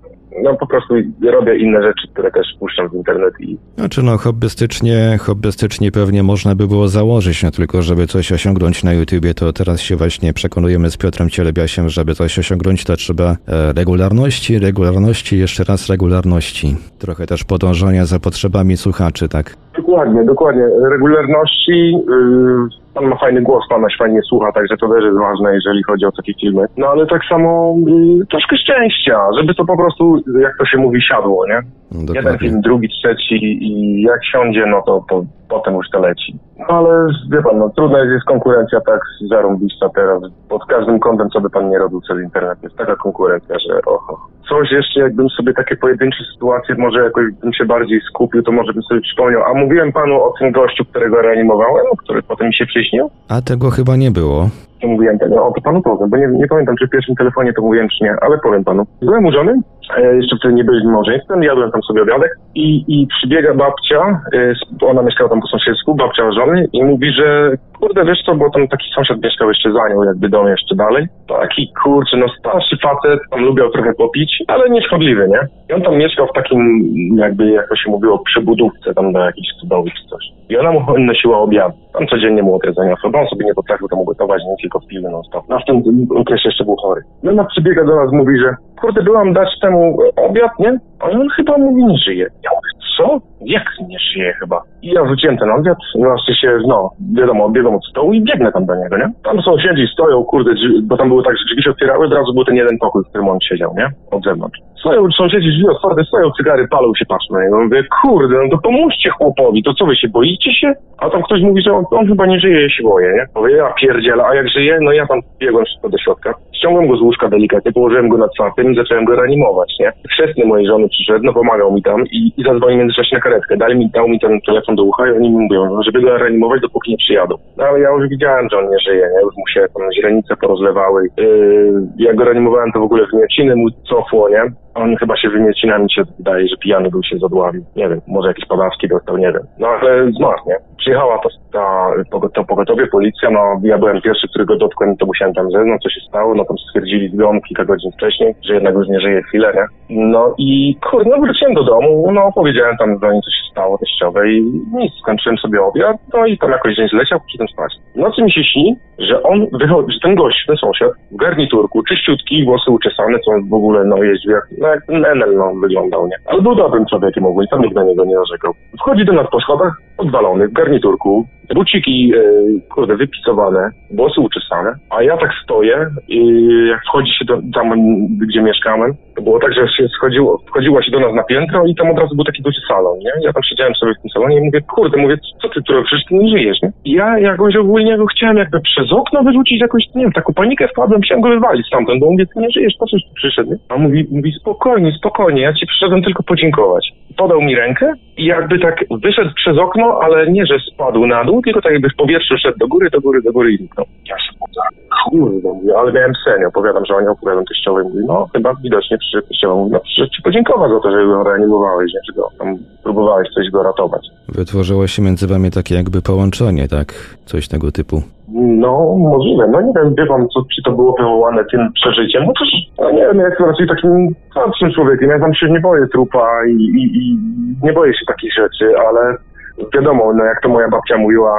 No po prostu robię inne rzeczy, które też puszczam w internet i... Znaczy no hobbystycznie, hobbystycznie pewnie można by było założyć, no tylko żeby coś osiągnąć na YouTubie, to teraz się właśnie przekonujemy z Piotrem Cielebiasiem, żeby coś osiągnąć, to trzeba e, regularności, regularności, jeszcze raz regularności. Trochę też podążania za potrzebami słuchaczy, tak? Dokładnie, dokładnie. Regularności... Yy... Pan ma fajny głos, pan nas fajnie słucha, także to też jest ważne, jeżeli chodzi o takie filmy. No ale tak samo y, troszkę szczęścia, żeby to po prostu, jak to się mówi, siadło, nie? Dokładnie. Jeden film, drugi, trzeci i jak siądzie, no to, to potem już to leci. No ale wie pan, no trudna jest, jest konkurencja tak zarąbista teraz. Pod każdym kątem, co by pan nie robił przez internet, jest taka konkurencja, że oho. Coś jeszcze, jakbym sobie takie pojedyncze sytuacje, może jakoś bym się bardziej skupił, to może bym sobie przypomniał. A mówiłem panu o tym gościu, którego reanimowałem, który potem mi się przyśnił? A tego chyba nie było. To mówiłem tego, o to panu powiem, bo nie, nie pamiętam, czy w pierwszym telefonie to mówiłem, czy nie, ale powiem panu. Byłem u żony, e, jeszcze wtedy nie byliśmy małżeństwem, jadłem tam sobie obiadek i, i przybiega babcia, e, ona mieszkała tam po sąsiedzku, babcia żony i mówi, że kurde, wiesz co, bo tam taki sąsiad mieszkał jeszcze za nią, jakby dom jeszcze dalej. Taki kurczę, no starszy facet, tam lubiał trochę popić, ale nieszkodliwy, nie? I on tam mieszkał w takim, jakby, jak to się mówiło, przebudówce tam do jakichś cudowych czy coś. I ona mu nosiła obiad. Tam codziennie mu odjedzenia, bo on sobie nie potrafił tam ugotować, nie tylko w pilny non stop. No w tym okresie jeszcze był chory. No ona przybiega do nas, mówi, że kurde, byłam dać temu obiad, nie? A on chyba mówi, nie żyje. Ja mówię, co? Jak nie żyje chyba? I ja wrzuciłem ten obiad, no się, no, wiadomo, biegam od stołu i biegnę tam do niego, nie? Tam sąsiedzi stoją, kurde, drzwi, bo tam były tak, że drzwi się otwierały, od razu był ten jeden pokój, w którym on siedział, nie? Od zewnątrz. Stoją sąsiedzi, drzwi otwarte, stoją, cygary palą, się patrzą na niego. Mówię, kurde, no to pomóżcie chłopowi, to co wy się boicie się? A tam ktoś mówi, że on, on chyba nie żyje, ja się boję, nie? Mówię, ja pierdzielę, a jak żyje? No ja tam biegłem wszystko do środka. Ściągłem go z łóżka delikatnie, położyłem go na cwatym i zacząłem go reanimować, nie? Chrzestny mojej żony przyszedł, no pomagał mi tam i, i zadzwonił w międzyczasie na karetkę. Dali mi, dał mi ten telefon do ucha i oni mi mówią, żeby go reanimować, dopóki nie przyjadą. No ale ja już widziałem, że on nie żyje, nie? Już mu się tam źrenice porozlewały. Yy, jak go reanimowałem, to w ogóle wymiociny mu cofło, nie? On chyba się wymiocinami się wydaje, że pijany był, się zadławił. Nie wiem, może jakieś padawki dostał, nie wiem. No ale zmarł, nie? Przyjechała to, ta, to pogotowie, policja, no ja byłem pierwszy, który go dotknął, to musiałem tam zeznać, co się stało, no tam stwierdzili zgon kilka godzin wcześniej, że jednak już nie żyje chwilę, nie? No i kurde, no wróciłem do domu, no opowiedziałem tam do niej, co się stało teściowej i nic, skończyłem sobie obiad, no i tam jakoś dzień zleciał, poszedłem spać. W nocy mi się śni, że on wychodzi, że ten gość, ten sąsiad, w garniturku, czyściutki, włosy uczesane, co on w ogóle, no jeździł jak, no jak ten Enel, no, wyglądał, nie? Ale był dobrym człowiekiem ogólnie, tam nikt na niego nie narzekał. Wchodzi do nas po schodach, odwalony, w garniturku, buciki, e, kurde, wypisowane, włosy uczesane, a ja tak stoję i jak wchodzi się do, tam, gdzie mieszkałem, to było tak, że się schodziło, wchodziła się do nas na piętro i tam od razu był taki duży salon, nie? Ja tam siedziałem sobie w tym salonie i mówię, kurde, mówię, co ty tu robisz, przecież ty nie żyjesz, nie? I ja jakoś ogólnie go chciałem jakby przez okno wyrzucić jakoś, nie wiem, taką panikę wpadłem, chciałem go wywalić stamtąd, bo mówię, ty nie żyjesz, po coś tu przyszedł, nie? A mówi, mówi, spokojnie, spokojnie, ja ci przyszedłem tylko podziękować. Podał mi rękę i jakby tak wyszedł przez okno, ale nie, że spadł na dół, tylko tak jakby w powietrzu szedł do góry, do góry, do góry i zniknął. Ja się mówię, kurde, mówię, ale miałem sen, opowiadam, że oni opowiadam teściowej, mówi, no chyba widocznie przyszedł teściowa, mówi, no przyszedł ci podziękować za to, że go reanimowałeś, nie, że go tam próbowałeś coś go ratować. Wytworzyło się między wami takie jakby połączenie, tak? Coś tego typu. No, możliwe. No nie wiem, wie pan, co, czy to było wywołane tym przeżyciem. No też, no nie wiem, ja jestem raczej takim starszym człowiekiem. Ja tam się nie boję trupa i, i, i nie boję się takich rzeczy, ale wiadomo, no jak to moja babcia mówiła,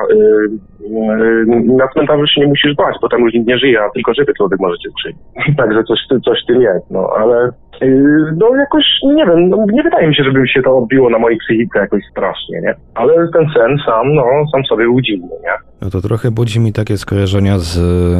yy, yy, na cmentarzu się nie musisz bać, bo tam już nikt nie żyje, a tylko żywy człowiek może cię przyjść. Także coś, coś w tym jest, no ale No jakoś, nie wiem, no, nie wydaje mi się, żeby się to odbiło na mojej psychice jakoś strasznie, nie? Ale ten sen sam, no, sam sobie był dziwny, nie? No to trochę budzi mi takie skojarzenia z,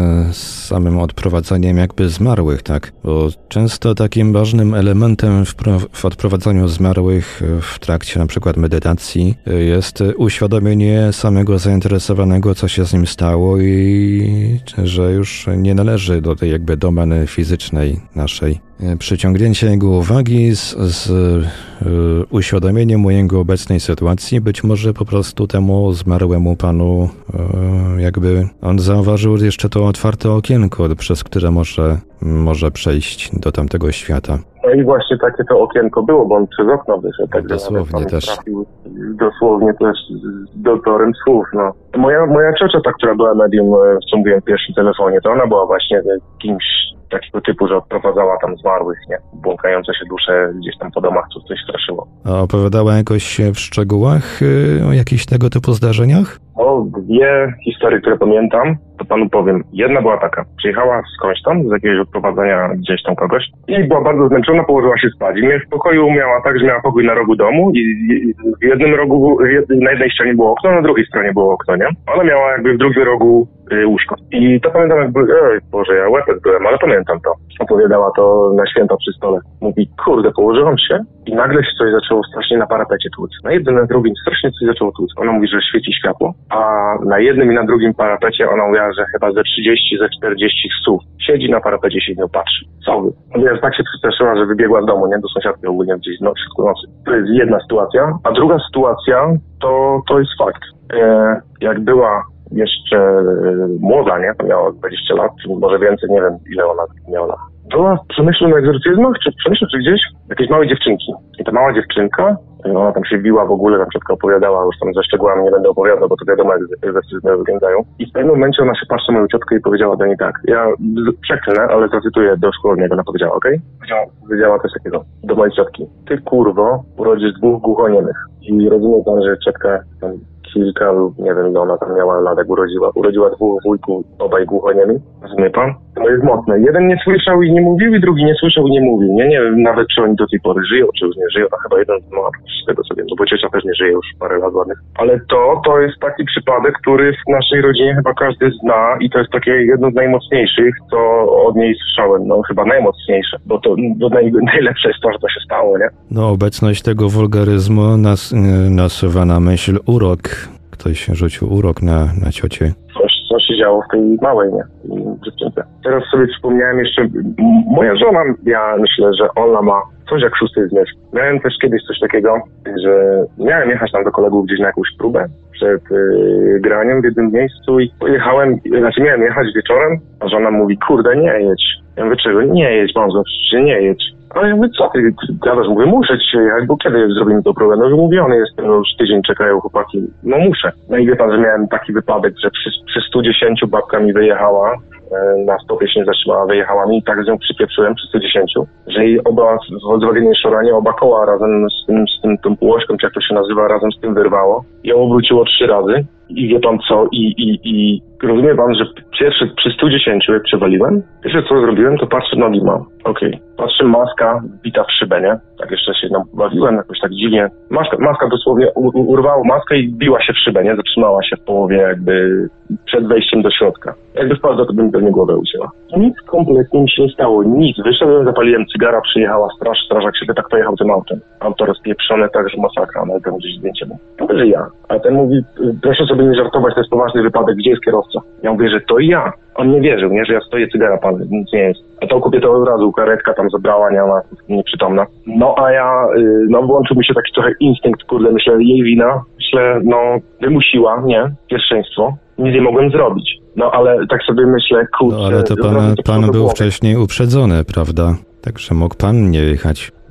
z samym odprowadzaniem jakby zmarłych, tak? Bo często takim ważnym elementem w, pro, w odprowadzaniu zmarłych w trakcie na przykład medytacji jest uświadomienie samego zainteresowanego, co się z nim stało i że już nie należy do tej jakby domeny fizycznej naszej. Przyciągnięcie jego uwagi z, z y, uświadomieniem mu jego obecnej sytuacji, być może po prostu temu zmarłemu panu y, jakby on zauważył jeszcze to otwarte okienko, przez które może, może przejść do tamtego świata. No i właśnie takie to okienko było, bo on przez okno wyszedł. Tak dosłownie też. Trafił dosłownie też z dotorem słów, no. Moja, moja ciocia, ta, która była medium, co mówiłem w pierwszym telefonie, to ona była właśnie kimś takiego typu, że odprowadzała tam zmarłych, nie? Błąkające się dusze gdzieś tam po domach, co coś straszyło. A opowiadała jakoś w szczegółach yy, o jakichś tego typu zdarzeniach? O, dwie historie, które pamiętam, to panu powiem. Jedna była taka. Przyjechała skądś tam, z jakiegoś odprowadzenia gdzieś tam kogoś i była bardzo zmęczona, położyła się spać. I mnie w pokoju miała tak, że miała pokój na rogu domu i w jednym rogu, na jednej ścianie było okno, na drugiej stronie było okno, nie? Ona miała jakby w drugim rogu y, łóżko. I to pamiętam jakby, oj Boże, ja łepek byłem, ale pamiętam to. Opowiadała to na święta przy stole. Mówi, kurde, położyłam się i nagle się coś zaczęło strasznie na parapecie tłuc. Na jednym, na drugim strasznie coś zaczęło tłuc. Ona mówi, że świeci światło, a na jednym i na drugim parapecie ona mówiła, że chyba ze trzydzieści, ze czterdzieści psów siedzi na parapecie, się nią patrzy. Co wy? Mówiła, że tak się przestraszyła, że wybiegła z domu, nie? Do sąsiadki ogólnie gdzieś no, w środku nocy. To jest jedna sytuacja, a druga sytuacja to, to jest fakt. E, jak była jeszcze e, młoda, nie? To miała dwadzieścia lat, czy może więcej, nie wiem ile ona miała lat. Była w Przemyślu na egzorcyzmach, czy w Przemyślu, czy gdzieś? Jakiejś małej dziewczynki. I ta mała dziewczynka, ona tam się biła w ogóle, tam ciotka opowiadała, już tam ze szczegółami nie będę opowiadał, bo to wiadomo jak egzorcyzmy wyglądają. I w pewnym momencie ona się patrzy na moją ciotkę i powiedziała do niej tak, ja przeklnę, ale zacytuję dosłownie, jak ona powiedziała, okej? Okay? Powiedziała coś takiego do mojej ciotki. Ty kurwo, urodzisz dwóch głuchoniemych. I rozumie pan, że ciotka tam kilka lub nie wiem ile ona tam miała lat, jak urodziła. Urodziła dwóch wujków, obaj głuchoniemi. Rozumie pan? To jest mocne. Jeden nie słyszał i nie mówił, i drugi nie słyszał i nie mówił. Nie, nie wiem nawet, czy oni do tej pory żyją, czy już nie żyją. A chyba jeden ma z tego co wiem, no bo ciocia też nie żyje już parę lat ładnych. Ale to, to jest taki przypadek, który w naszej rodzinie chyba każdy zna i to jest takie jedno z najmocniejszych, co od niej słyszałem. No chyba najmocniejsze, bo to, to naj, najlepsze jest to, że to się stało, nie? No obecność tego wulgaryzmu nas, nasuwa na myśl urok. Ktoś rzucił urok na, na ciocie. Coś, co się działo w tej małej, nie? Dziewczynce. Teraz sobie przypomniałem jeszcze, m- moja żona, ja myślę, że ona ma coś jak szósty zmysł. Miałem też kiedyś coś takiego, że miałem jechać tam do kolegów gdzieś na jakąś próbę przed yy, graniem w jednym miejscu i pojechałem, znaczy miałem jechać wieczorem, a żona mówi, kurde, nie jedź. Ja mówię, czego? Nie jedź, mążo, przecież nie jedź. Ale ja mówię, co ty gadasz? Mówię, muszę dzisiaj jechać, bo kiedy zrobimy to próbę? No, że mówiony jestem, no już tydzień czekają chłopaki. No muszę. No i wie pan, że miałem taki wypadek, że przy, przy stu dziesięciu babka mi wyjechała, na stopie się nie zatrzymała, wyjechała mi i tak z nią przypieprzyłem przy stu dziesięciu, że jej oba, w Volkswagenie Szoranie, oba koła razem z tym, z tym, tą półośką, czy jak to się nazywa, razem z tym wyrwało. Ją obróciło trzy razy i wie pan co, i, i, i rozumie pan, że pierwszy przy stu dziesięciu jak przewaliłem, pierwsze co zrobiłem, to patrzę, nogi mam. Okej. Okay. Patrzę, maska wbita w szybę, nie? Tak jeszcze się tam bawiłem, jakoś tak dziwnie. Maska, maska dosłownie u, urwało maskę i biła się w szybę, nie? Zatrzymała się w połowie jakby przed wejściem do środka. Jakby wpadła, to bym pewnie głowę ucięła. Nic kompletnie mi się nie stało, nic. Wyszedłem, zapaliłem cygara, przyjechała straż, strażak się tak pojechał tym autem. Auto rozpieprzone, tak, że masakra, no tam gdzieś zdjęcie było. To że ja. A ten mówi, proszę sobie nie żartować, to jest poważny wypadek, gdzie jest kierowca? Ja mówię, że to ja. On nie wierzył, nie, że ja stoję, cygara pan, nic nie jest. A tą kobietę od razu karetka tam zabrała, nie, ona nieprzytomna. No a ja, no włączył mi się taki trochę instynkt, kurde, myślę, jej wina. Myślę, no wymusiła, nie, pierwszeństwo. Nic nie mogłem zrobić. No ale tak sobie myślę, kurczę... No ale to pan, pan był wcześniej uprzedzony, prawda? Także mógł pan nie jechać.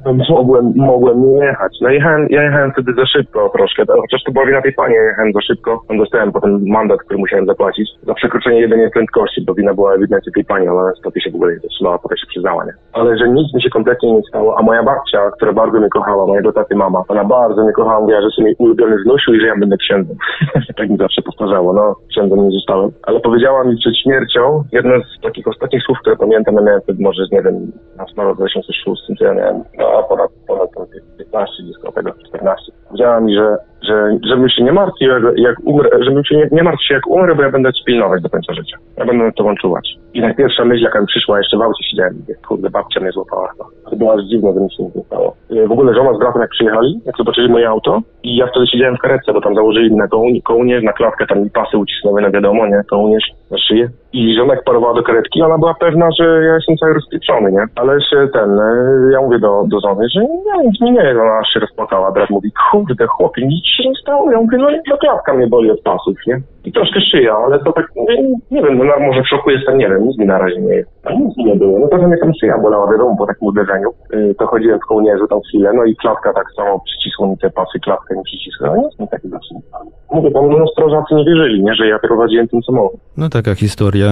No mogłem, mogłem nie jechać. No jechałem, ja jechałem wtedy za szybko troszkę, chociaż to była wina tej pani, ja jechałem za szybko. Dostałem potem mandat, który musiałem zapłacić za przekroczenie jedynie prędkości, bo wina była ewidentnie tej pani, ona niestety się w ogóle nie zatrzymała, potem się przyznała, nie? Ale że nic mi się kompletnie nie stało, a moja babcia, która bardzo mnie kochała, mojego taty mama, ona bardzo mnie kochała, mówiła, że sobie ulubiony wnosił i że ja będę księdzem. Tak mi zawsze powtarzało, no księdzem nie zostałem. Ale powiedziała mi przed śmiercią, jedno z takich ostatnich słów, które pamiętam, ja miałem wtedy może, nie wiem, na rok dwa tysiące szósty, to ja miałem, no ponad, ponad piętnaście, dziecko tego, czternaście. Powiedziała mi, że, że, żebym się nie martwił, jak, jak umrę, żebym się nie, nie martwił się jak umrę, bo ja będę ci pilnować do końca życia. Ja będę nad tobą czuwać. I najpierwsza myśl, jaka mi przyszła, jeszcze w aucie siedziałem, jak kurde, babcia mnie złapała chyba. To było aż dziwne, że mi się nic nie stało. W ogóle żona z bratem jak przyjechali, jak zobaczyli moje auto i ja wtedy siedziałem w karetce, bo tam założyli na kołnierz, kołnierz na klatkę, tam mi pasy ucisnęły, na wiadomo, nie, kołnierz na szyję. I żona jak parowała do karetki, ona była pewna, że ja jestem cały rozpieprzony, nie? Ale się ten, ja mówię do, do żony, że nie, nic mi nie jest, ona aż się rozpłakała. Brat mówi, kurde chłopie, nic się nie stało. Ja mówię, no to klatka mnie boli od pasów, nie? I troszkę szyja, ale to tak, nie, nie wiem, no może w szoku jestem, nie wiem, nic mi na razie nie jest. A nic mi nie było, no to, że mnie tam szyja bolała, wiadomo, po takim uderzeniu. Yy, to chodziłem w kołnierzu tam chwilę, no i klatka tak samo przycisło mi te pasy, klatkę mi przycisła, no nic mi takiego się nie stało. Mówię, bo no strażacy nie wierzyli, nie, że ja prowadziłem tym samochód. No taka historia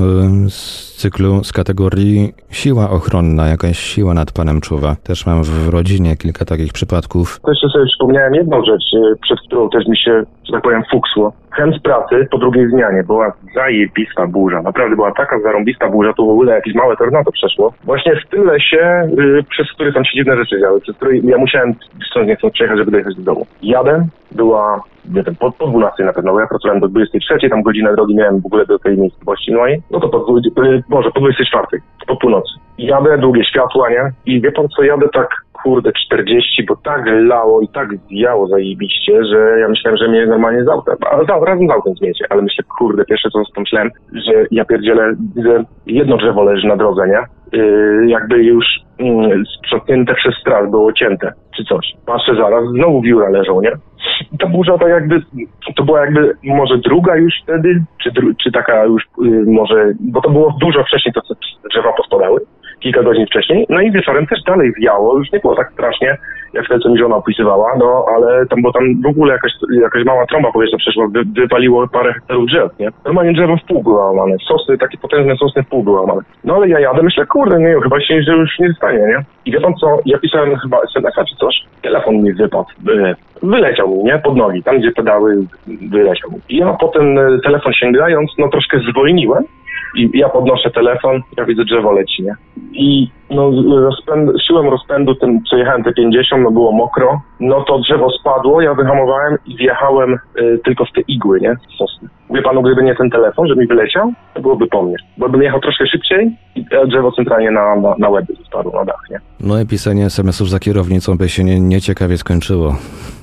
y, z cyklu, z kategorii siła ochronna, jakaś siła nad panem czuwa. Też mam w rodzinie kilka takich przypadków. Jeszcze sobie przypomniałem jedną rzecz, przed którą też mi się, że tak powiem, fuksło. Chęć pracy po drugiej zmianie była zajebista burza. Naprawdę była taka zarąbista burza, to w ogóle jakieś małe tornado przeszło. Właśnie w tym lesie, yy, przez który tam się dziwne rzeczy działy, przez który ja musiałem stąd nie chcąc przejechać, żeby dojechać do domu. Jadę, była, nie wiem, po, po dwunastej na pewno, bo ja pracowałem do dwudziestej trzeciej, tam godzinę drogi miałem w ogóle do tej miejscowości, no i no to po, yy, może po dwudziestej czwartej, po północy. Jadę, długie światła, nie? I wie pan co, jadę tak, kurde, czterdzieści, bo tak lało i tak zwijało zajebiście, że ja myślałem, że mnie normalnie z autem, a za, razem z autem zmiecie, ale myślę, kurde, pierwsze co pomyślałem, że ja pierdzielę, widzę, jedno drzewo leży na drodze, nie? Yy, jakby już yy, sprzątnięte przez straż, było cięte, czy coś. Patrzę zaraz, znowu wióra leżą, nie? I ta burza to jakby, to była jakby może druga już wtedy, czy, dru, czy taka już yy, może, bo to było dużo wcześniej, to co drzewa pospadały, kilka godzin wcześniej, no i wieczorem też dalej wiało, już nie było tak strasznie, jak wtedy, co mi żona opisywała, no ale tam, bo tam w ogóle jakaś, jakaś mała trąba powietrzna przeszła, wy, wypaliło parę hektarów drzew, nie? Normalnie drzewo w pół było łamane, sosny, takie potężne sosny w pół były łamane. No ale ja jadę, myślę, kurde, nie, chyba się że już nie stanie, nie? I wie pan co, ja pisałem chyba es em es a czy coś, telefon mi wypadł, wy, wyleciał mi, nie? Pod nogi, tam gdzie pedały, wyleciał mi. I ja potem telefon sięgając, no troszkę zwolniłem, i ja podnoszę telefon, ja widzę drzewo leci, nie? I no rozpęd, siłą rozpędu tym przejechałem te pięćdziesiąt, no było mokro, no to drzewo spadło, ja wyhamowałem i wjechałem y, tylko w te igły, nie? Z sosny. Wie panu, gdyby nie ten telefon, że mi wyleciał, to byłoby po mnie. Bo bym jechał troszkę szybciej i drzewo centralnie na, na, na łeby spadło, na dach, nie? No i pisanie es em esów za kierownicą by się nie, nieciekawie skończyło.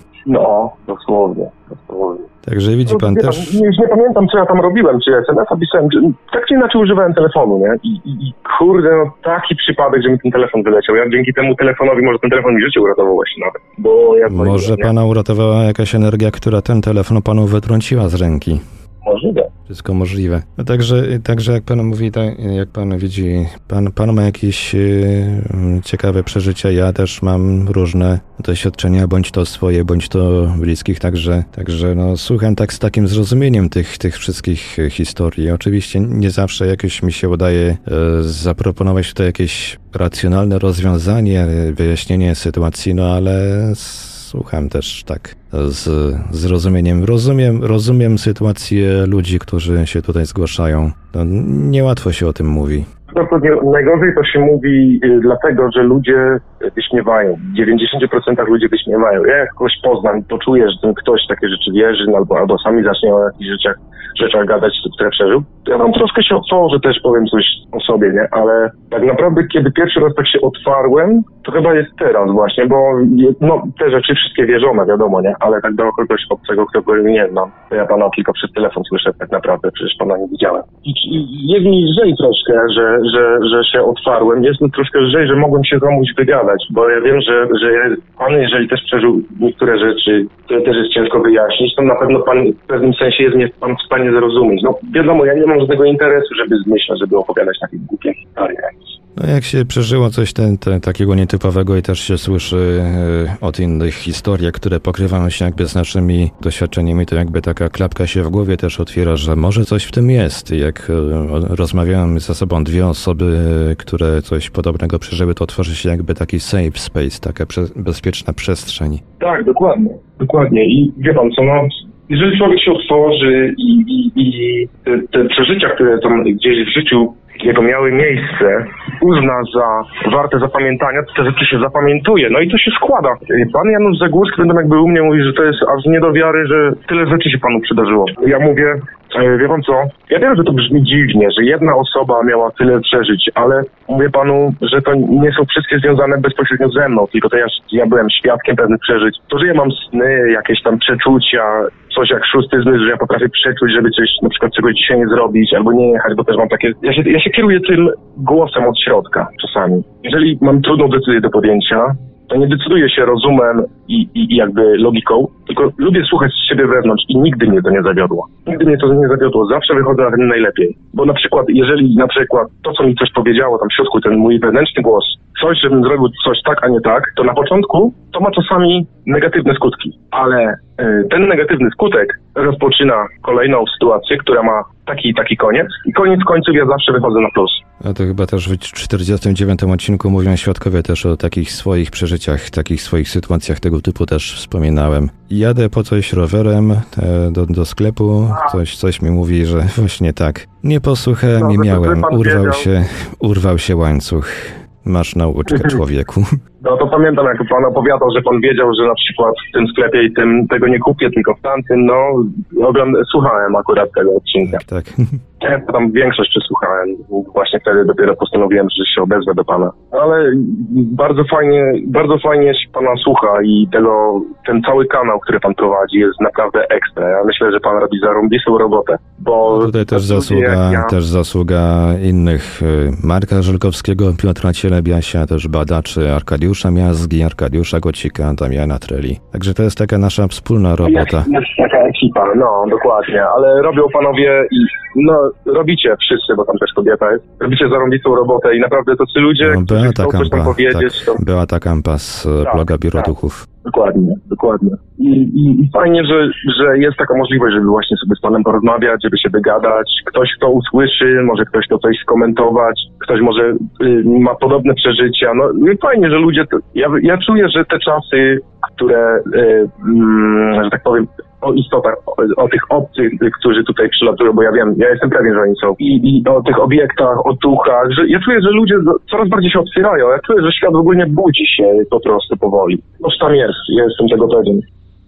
No, dosłownie, dosłownie. Także widzi pan no, też... Nie, nie pamiętam, co ja tam robiłem, czy es em es a pisałem, czy, tak czy inaczej używałem telefonu, nie? I, i, i kurde, no taki przypadek, że mi ten telefon wyleciał. Ja dzięki temu telefonowi, może ten telefon mi życie uratował właśnie nawet, bo ja... Może nie? pana uratowała jakaś energia, która ten telefon panu wytrąciła z ręki. Możliwe. Wszystko możliwe. No także, także jak pan mówi, tak, jak pan widzi, pan, pan ma jakieś yy, ciekawe przeżycia, ja też mam różne doświadczenia, bądź to swoje, bądź to bliskich, także, także no, słucham tak z takim zrozumieniem tych, tych wszystkich historii. Oczywiście nie zawsze jakoś mi się udaje yy, zaproponować tutaj jakieś racjonalne rozwiązanie, wyjaśnienie sytuacji, no ale słucham też tak z zrozumieniem. Rozumiem, rozumiem sytuację ludzi, którzy się tutaj zgłaszają. No, niełatwo się o tym mówi. No to nie, najgorzej to się mówi y, dlatego, że ludzie wyśmiewają. W dziewięćdziesięciu procentach ludzie wyśmiewają. Ja jak kogoś poznam, to czuję, że ten ktoś takie rzeczy wierzy, no, albo, albo sami zacznie o jakichś rzeczach, rzeczach gadać, które przeżył. To ja wam troszkę się otworzę, też powiem coś o sobie, nie? Ale tak naprawdę, kiedy pierwszy raz tak się otwarłem, to chyba jest teraz właśnie, bo no, te rzeczy wszystkie wierzone, wiadomo, nie? Ale tak do kogoś obcego, którego nie znam, to ja pana tylko przez telefon słyszę tak naprawdę, przecież pana nie widziałem. I, i jest mi lżej troszkę, że, że, że się otwarłem. Jest mi troszkę lżej, że mogłem się komuś wygadać, bo ja wiem, że, że pan, jeżeli też przeżył niektóre rzeczy, które też jest ciężko wyjaśnić, to na pewno pan w pewnym sensie jest mnie pan w stanie zrozumieć. No wiadomo, ja nie mam żadnego interesu, żeby zmyślać, żeby opowiadać takie głupie historie. No jak się przeżyło coś ten, ten, takiego nietypowego i też się słyszy e, od innych historiach, które pokrywają się jakby z naszymi doświadczeniami, to jakby taka klapka się w głowie też otwiera, że może coś w tym jest. Jak e, rozmawiałem ze sobą dwie osoby, e, które coś podobnego przeżyły, to tworzy się jakby taki safe space, taka prze- bezpieczna przestrzeń. Tak, dokładnie, dokładnie. I wie pan co, no, jeżeli człowiek się otworzy i, i, i te, te przeżycia, które tam gdzieś w życiu jego miały miejsce, uzna za warte zapamiętania, to te rzeczy się zapamiętuje. No i to się składa. Pan Janusz Zagórski, będą jakby u mnie mówi, że to jest aż nie do wiary, że tyle rzeczy się panu przydarzyło. Ja mówię, wie pan co, ja wiem, że to brzmi dziwnie, że jedna osoba miała tyle przeżyć, ale mówię panu, że to nie są wszystkie związane bezpośrednio ze mną, tylko to ja, ja byłem świadkiem pewnych przeżyć. To, że ja mam sny, jakieś tam przeczucia, coś jak szósty zmysł, że ja potrafię przeczuć, żeby coś, na przykład czegoś dzisiaj nie zrobić, albo nie jechać, bo też mam takie... Ja się, ja się kieruję tym głosem od środka czasami. Jeżeli mam trudną decyzję do podjęcia, to nie decyduję się rozumem i, i, i jakby logiką, tylko lubię słuchać siebie wewnątrz i nigdy mnie to nie zawiodło. Nigdy mnie to nie zawiodło, zawsze wychodzę na tym najlepiej. Bo na przykład, jeżeli na przykład to, co mi coś powiedziało tam w środku, ten mój wewnętrzny głos, coś, żebym zrobił coś tak, a nie tak, to na początku to ma czasami negatywne skutki. Ale y, ten negatywny skutek rozpoczyna kolejną sytuację, która ma taki taki koniec i koniec końców ja zawsze wychodzę na plus. A to chyba też w czterdziestym dziewiątym odcinku mówią świadkowie też o takich swoich przeżyciach, takich swoich sytuacjach tego typu też wspominałem. Jadę po coś rowerem e, do, do sklepu, coś, coś mi mówi, że właśnie tak. Nie posłuchałem, no, nie miałem, urwał wiedział. się, urwał się łańcuch. Masz nauczkę, człowieku. No to pamiętam, jak pan opowiadał, że pan wiedział, że na przykład w tym sklepie i tym tego nie kupię, tylko w tamtym, no ogląd- słuchałem akurat tego odcinka. Tak, tak. Ja tam większość przesłuchałem. Właśnie wtedy dopiero postanowiłem, że się odezwę do pana. Ale bardzo fajnie, bardzo fajnie się pana słucha i tego, ten cały kanał, który pan prowadzi, jest naprawdę ekstra. Ja myślę, że pan robi zarąbistą robotę, bo... No tutaj też zasługa, ja... też zasługa innych, Marka Żelkowskiego, Piotra Cielebiasia, też badaczy Arkadiusza Miazgi, Arkadiusza Gocika, Damiana Treli. Także to jest taka nasza wspólna robota. Jest, jest taka ekipa, no dokładnie, ale robią panowie i no robicie wszyscy, bo tam też kobieta jest, robicie zarąbistą robotę i naprawdę tacy ludzie, no, którzy chcą coś tam powiedzieć. Tak, to... Beata Kampa z tak, bloga Biuro tak. Duchów. Dokładnie, dokładnie. I, i, i fajnie, że, że jest taka możliwość, żeby właśnie sobie z panem porozmawiać, żeby się wygadać. Ktoś to usłyszy, może ktoś to coś skomentować, ktoś może y, ma podobne przeżycia. No i fajnie, że ludzie... To, ja, ja czuję, że te czasy, które, y, y, że tak powiem, o istotach, o, o tych obcych, którzy tutaj przylatują, bo ja wiem, ja jestem pewien, że oni są, i, i o tych obiektach, o duchach, że ja czuję, że ludzie coraz bardziej się otwierają, ja czuję, że świat w ogóle nie budzi się po prostu powoli. No tam jest, ja jestem tego pewien.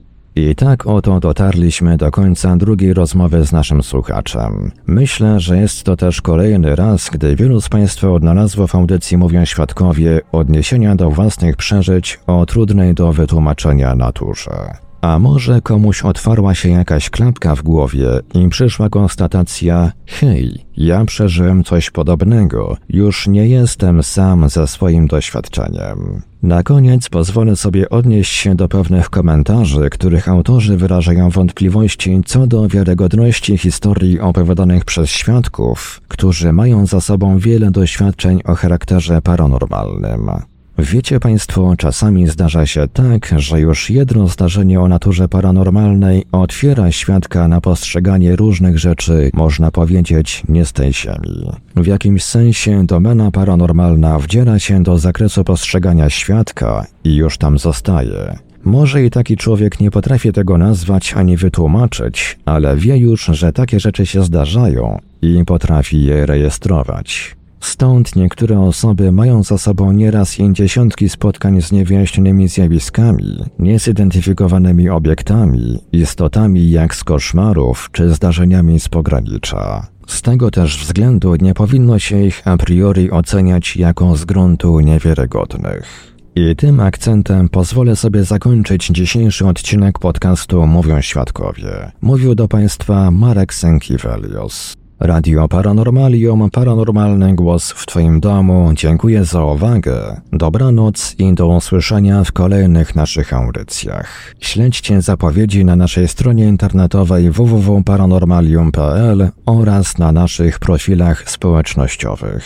I tak oto dotarliśmy do końca drugiej rozmowy z naszym słuchaczem. Myślę, że jest to też kolejny raz, gdy wielu z Państwa odnalazło w audycji Mówią Świadkowie odniesienia do własnych przeżyć o trudnej do wytłumaczenia naturze. A może komuś otwarła się jakaś klapka w głowie i przyszła konstatacja: hej, ja przeżyłem coś podobnego, już nie jestem sam ze swoim doświadczeniem. Na koniec pozwolę sobie odnieść się do pewnych komentarzy, których autorzy wyrażają wątpliwości co do wiarygodności historii opowiadanych przez świadków, którzy mają za sobą wiele doświadczeń o charakterze paranormalnym. Wiecie Państwo, czasami zdarza się tak, że już jedno zdarzenie o naturze paranormalnej otwiera świadka na postrzeganie różnych rzeczy, można powiedzieć, nie z tej ziemi. W jakimś sensie domena paranormalna wdziera się do zakresu postrzegania świadka i już tam zostaje. Może i taki człowiek nie potrafi tego nazwać ani wytłumaczyć, ale wie już, że takie rzeczy się zdarzają i potrafi je rejestrować. Stąd niektóre osoby mają za sobą nieraz i dziesiątki spotkań z niewyjaśnionymi zjawiskami, niezidentyfikowanymi obiektami, istotami jak z koszmarów czy zdarzeniami z pogranicza. Z tego też względu nie powinno się ich a priori oceniać jako z gruntu niewiarygodnych. I tym akcentem pozwolę sobie zakończyć dzisiejszy odcinek podcastu Mówią Świadkowie. Mówił do Państwa Marek Sękiewelios. Radio Paranormalium, paranormalny głos w Twoim domu. Dziękuję za uwagę. Dobranoc i do usłyszenia w kolejnych naszych audycjach. Śledźcie zapowiedzi na naszej stronie internetowej w w w kropka paranormalium kropka p l oraz na naszych profilach społecznościowych.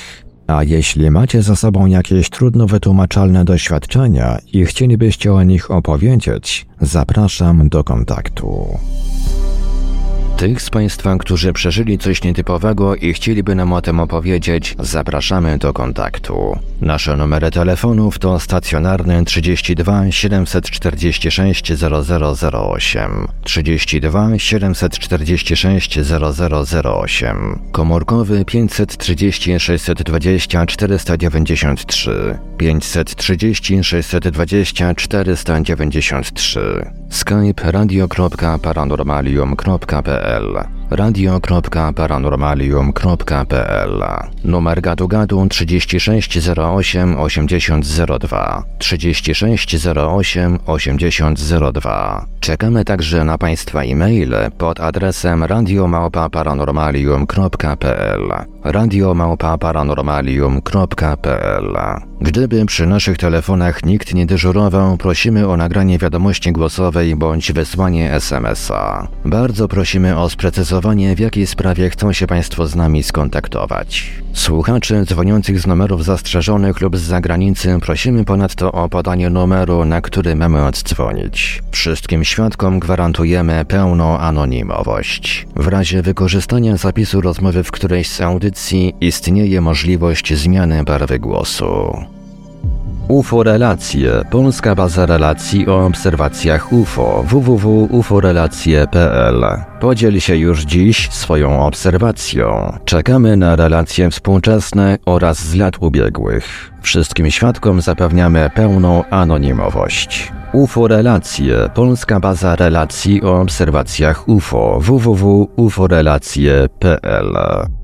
A jeśli macie za sobą jakieś trudno wytłumaczalne doświadczenia i chcielibyście o nich opowiedzieć, zapraszam do kontaktu. Tych z Państwa, którzy przeżyli coś nietypowego i chcieliby nam o tym opowiedzieć, zapraszamy do kontaktu. Nasze numery telefonów to stacjonarny trzydzieści dwa siedemset czterdzieści sześć zero zero zero osiem, trzydzieści dwa siedemset czterdzieści sześć zero zero zero osiem, komórkowy pięćset trzydzieści sześćset dwadzieścia czterysta dziewięćdziesiąt trzy, pięćset trzydzieści sześćset dwadzieścia czterysta dziewięćdziesiąt trzy, skype radio kropka paranormalium kropka p l, radio kropka paranormalium kropka p l, numer gadu gadu trzydzieści sześć zero osiem osiemdziesiąt zero dwa, trzydzieści sześć zero osiem osiemdziesiąt zero dwa. Czekamy także na Państwa e-maile pod adresem radio małpa paranormalium kropka p l, radio małpa paranormalium kropka p l. Gdyby przy naszych telefonach nikt nie dyżurował, prosimy o nagranie wiadomości głosowej bądź wysłanie es em es a. Bardzo prosimy o sprecyzowanie, w jakiej sprawie chcą się Państwo z nami skontaktować. Słuchaczy dzwoniących z numerów zastrzeżonych lub z zagranicy prosimy ponadto o podanie numeru, na który mamy oddzwonić. Wszystkim świadkom gwarantujemy pełną anonimowość. W razie wykorzystania zapisu rozmowy w którejś z audycji istnieje możliwość zmiany barwy głosu. U F O Relacje, polska baza relacji o obserwacjach U F O, w w w kropka u f o relacje kropka p l. Podziel się już dziś swoją obserwacją. Czekamy na relacje współczesne oraz z lat ubiegłych. Wszystkim świadkom zapewniamy pełną anonimowość. U F O Relacje, polska baza relacji o obserwacjach U F O, w w w kropka u f o relacje kropka p l.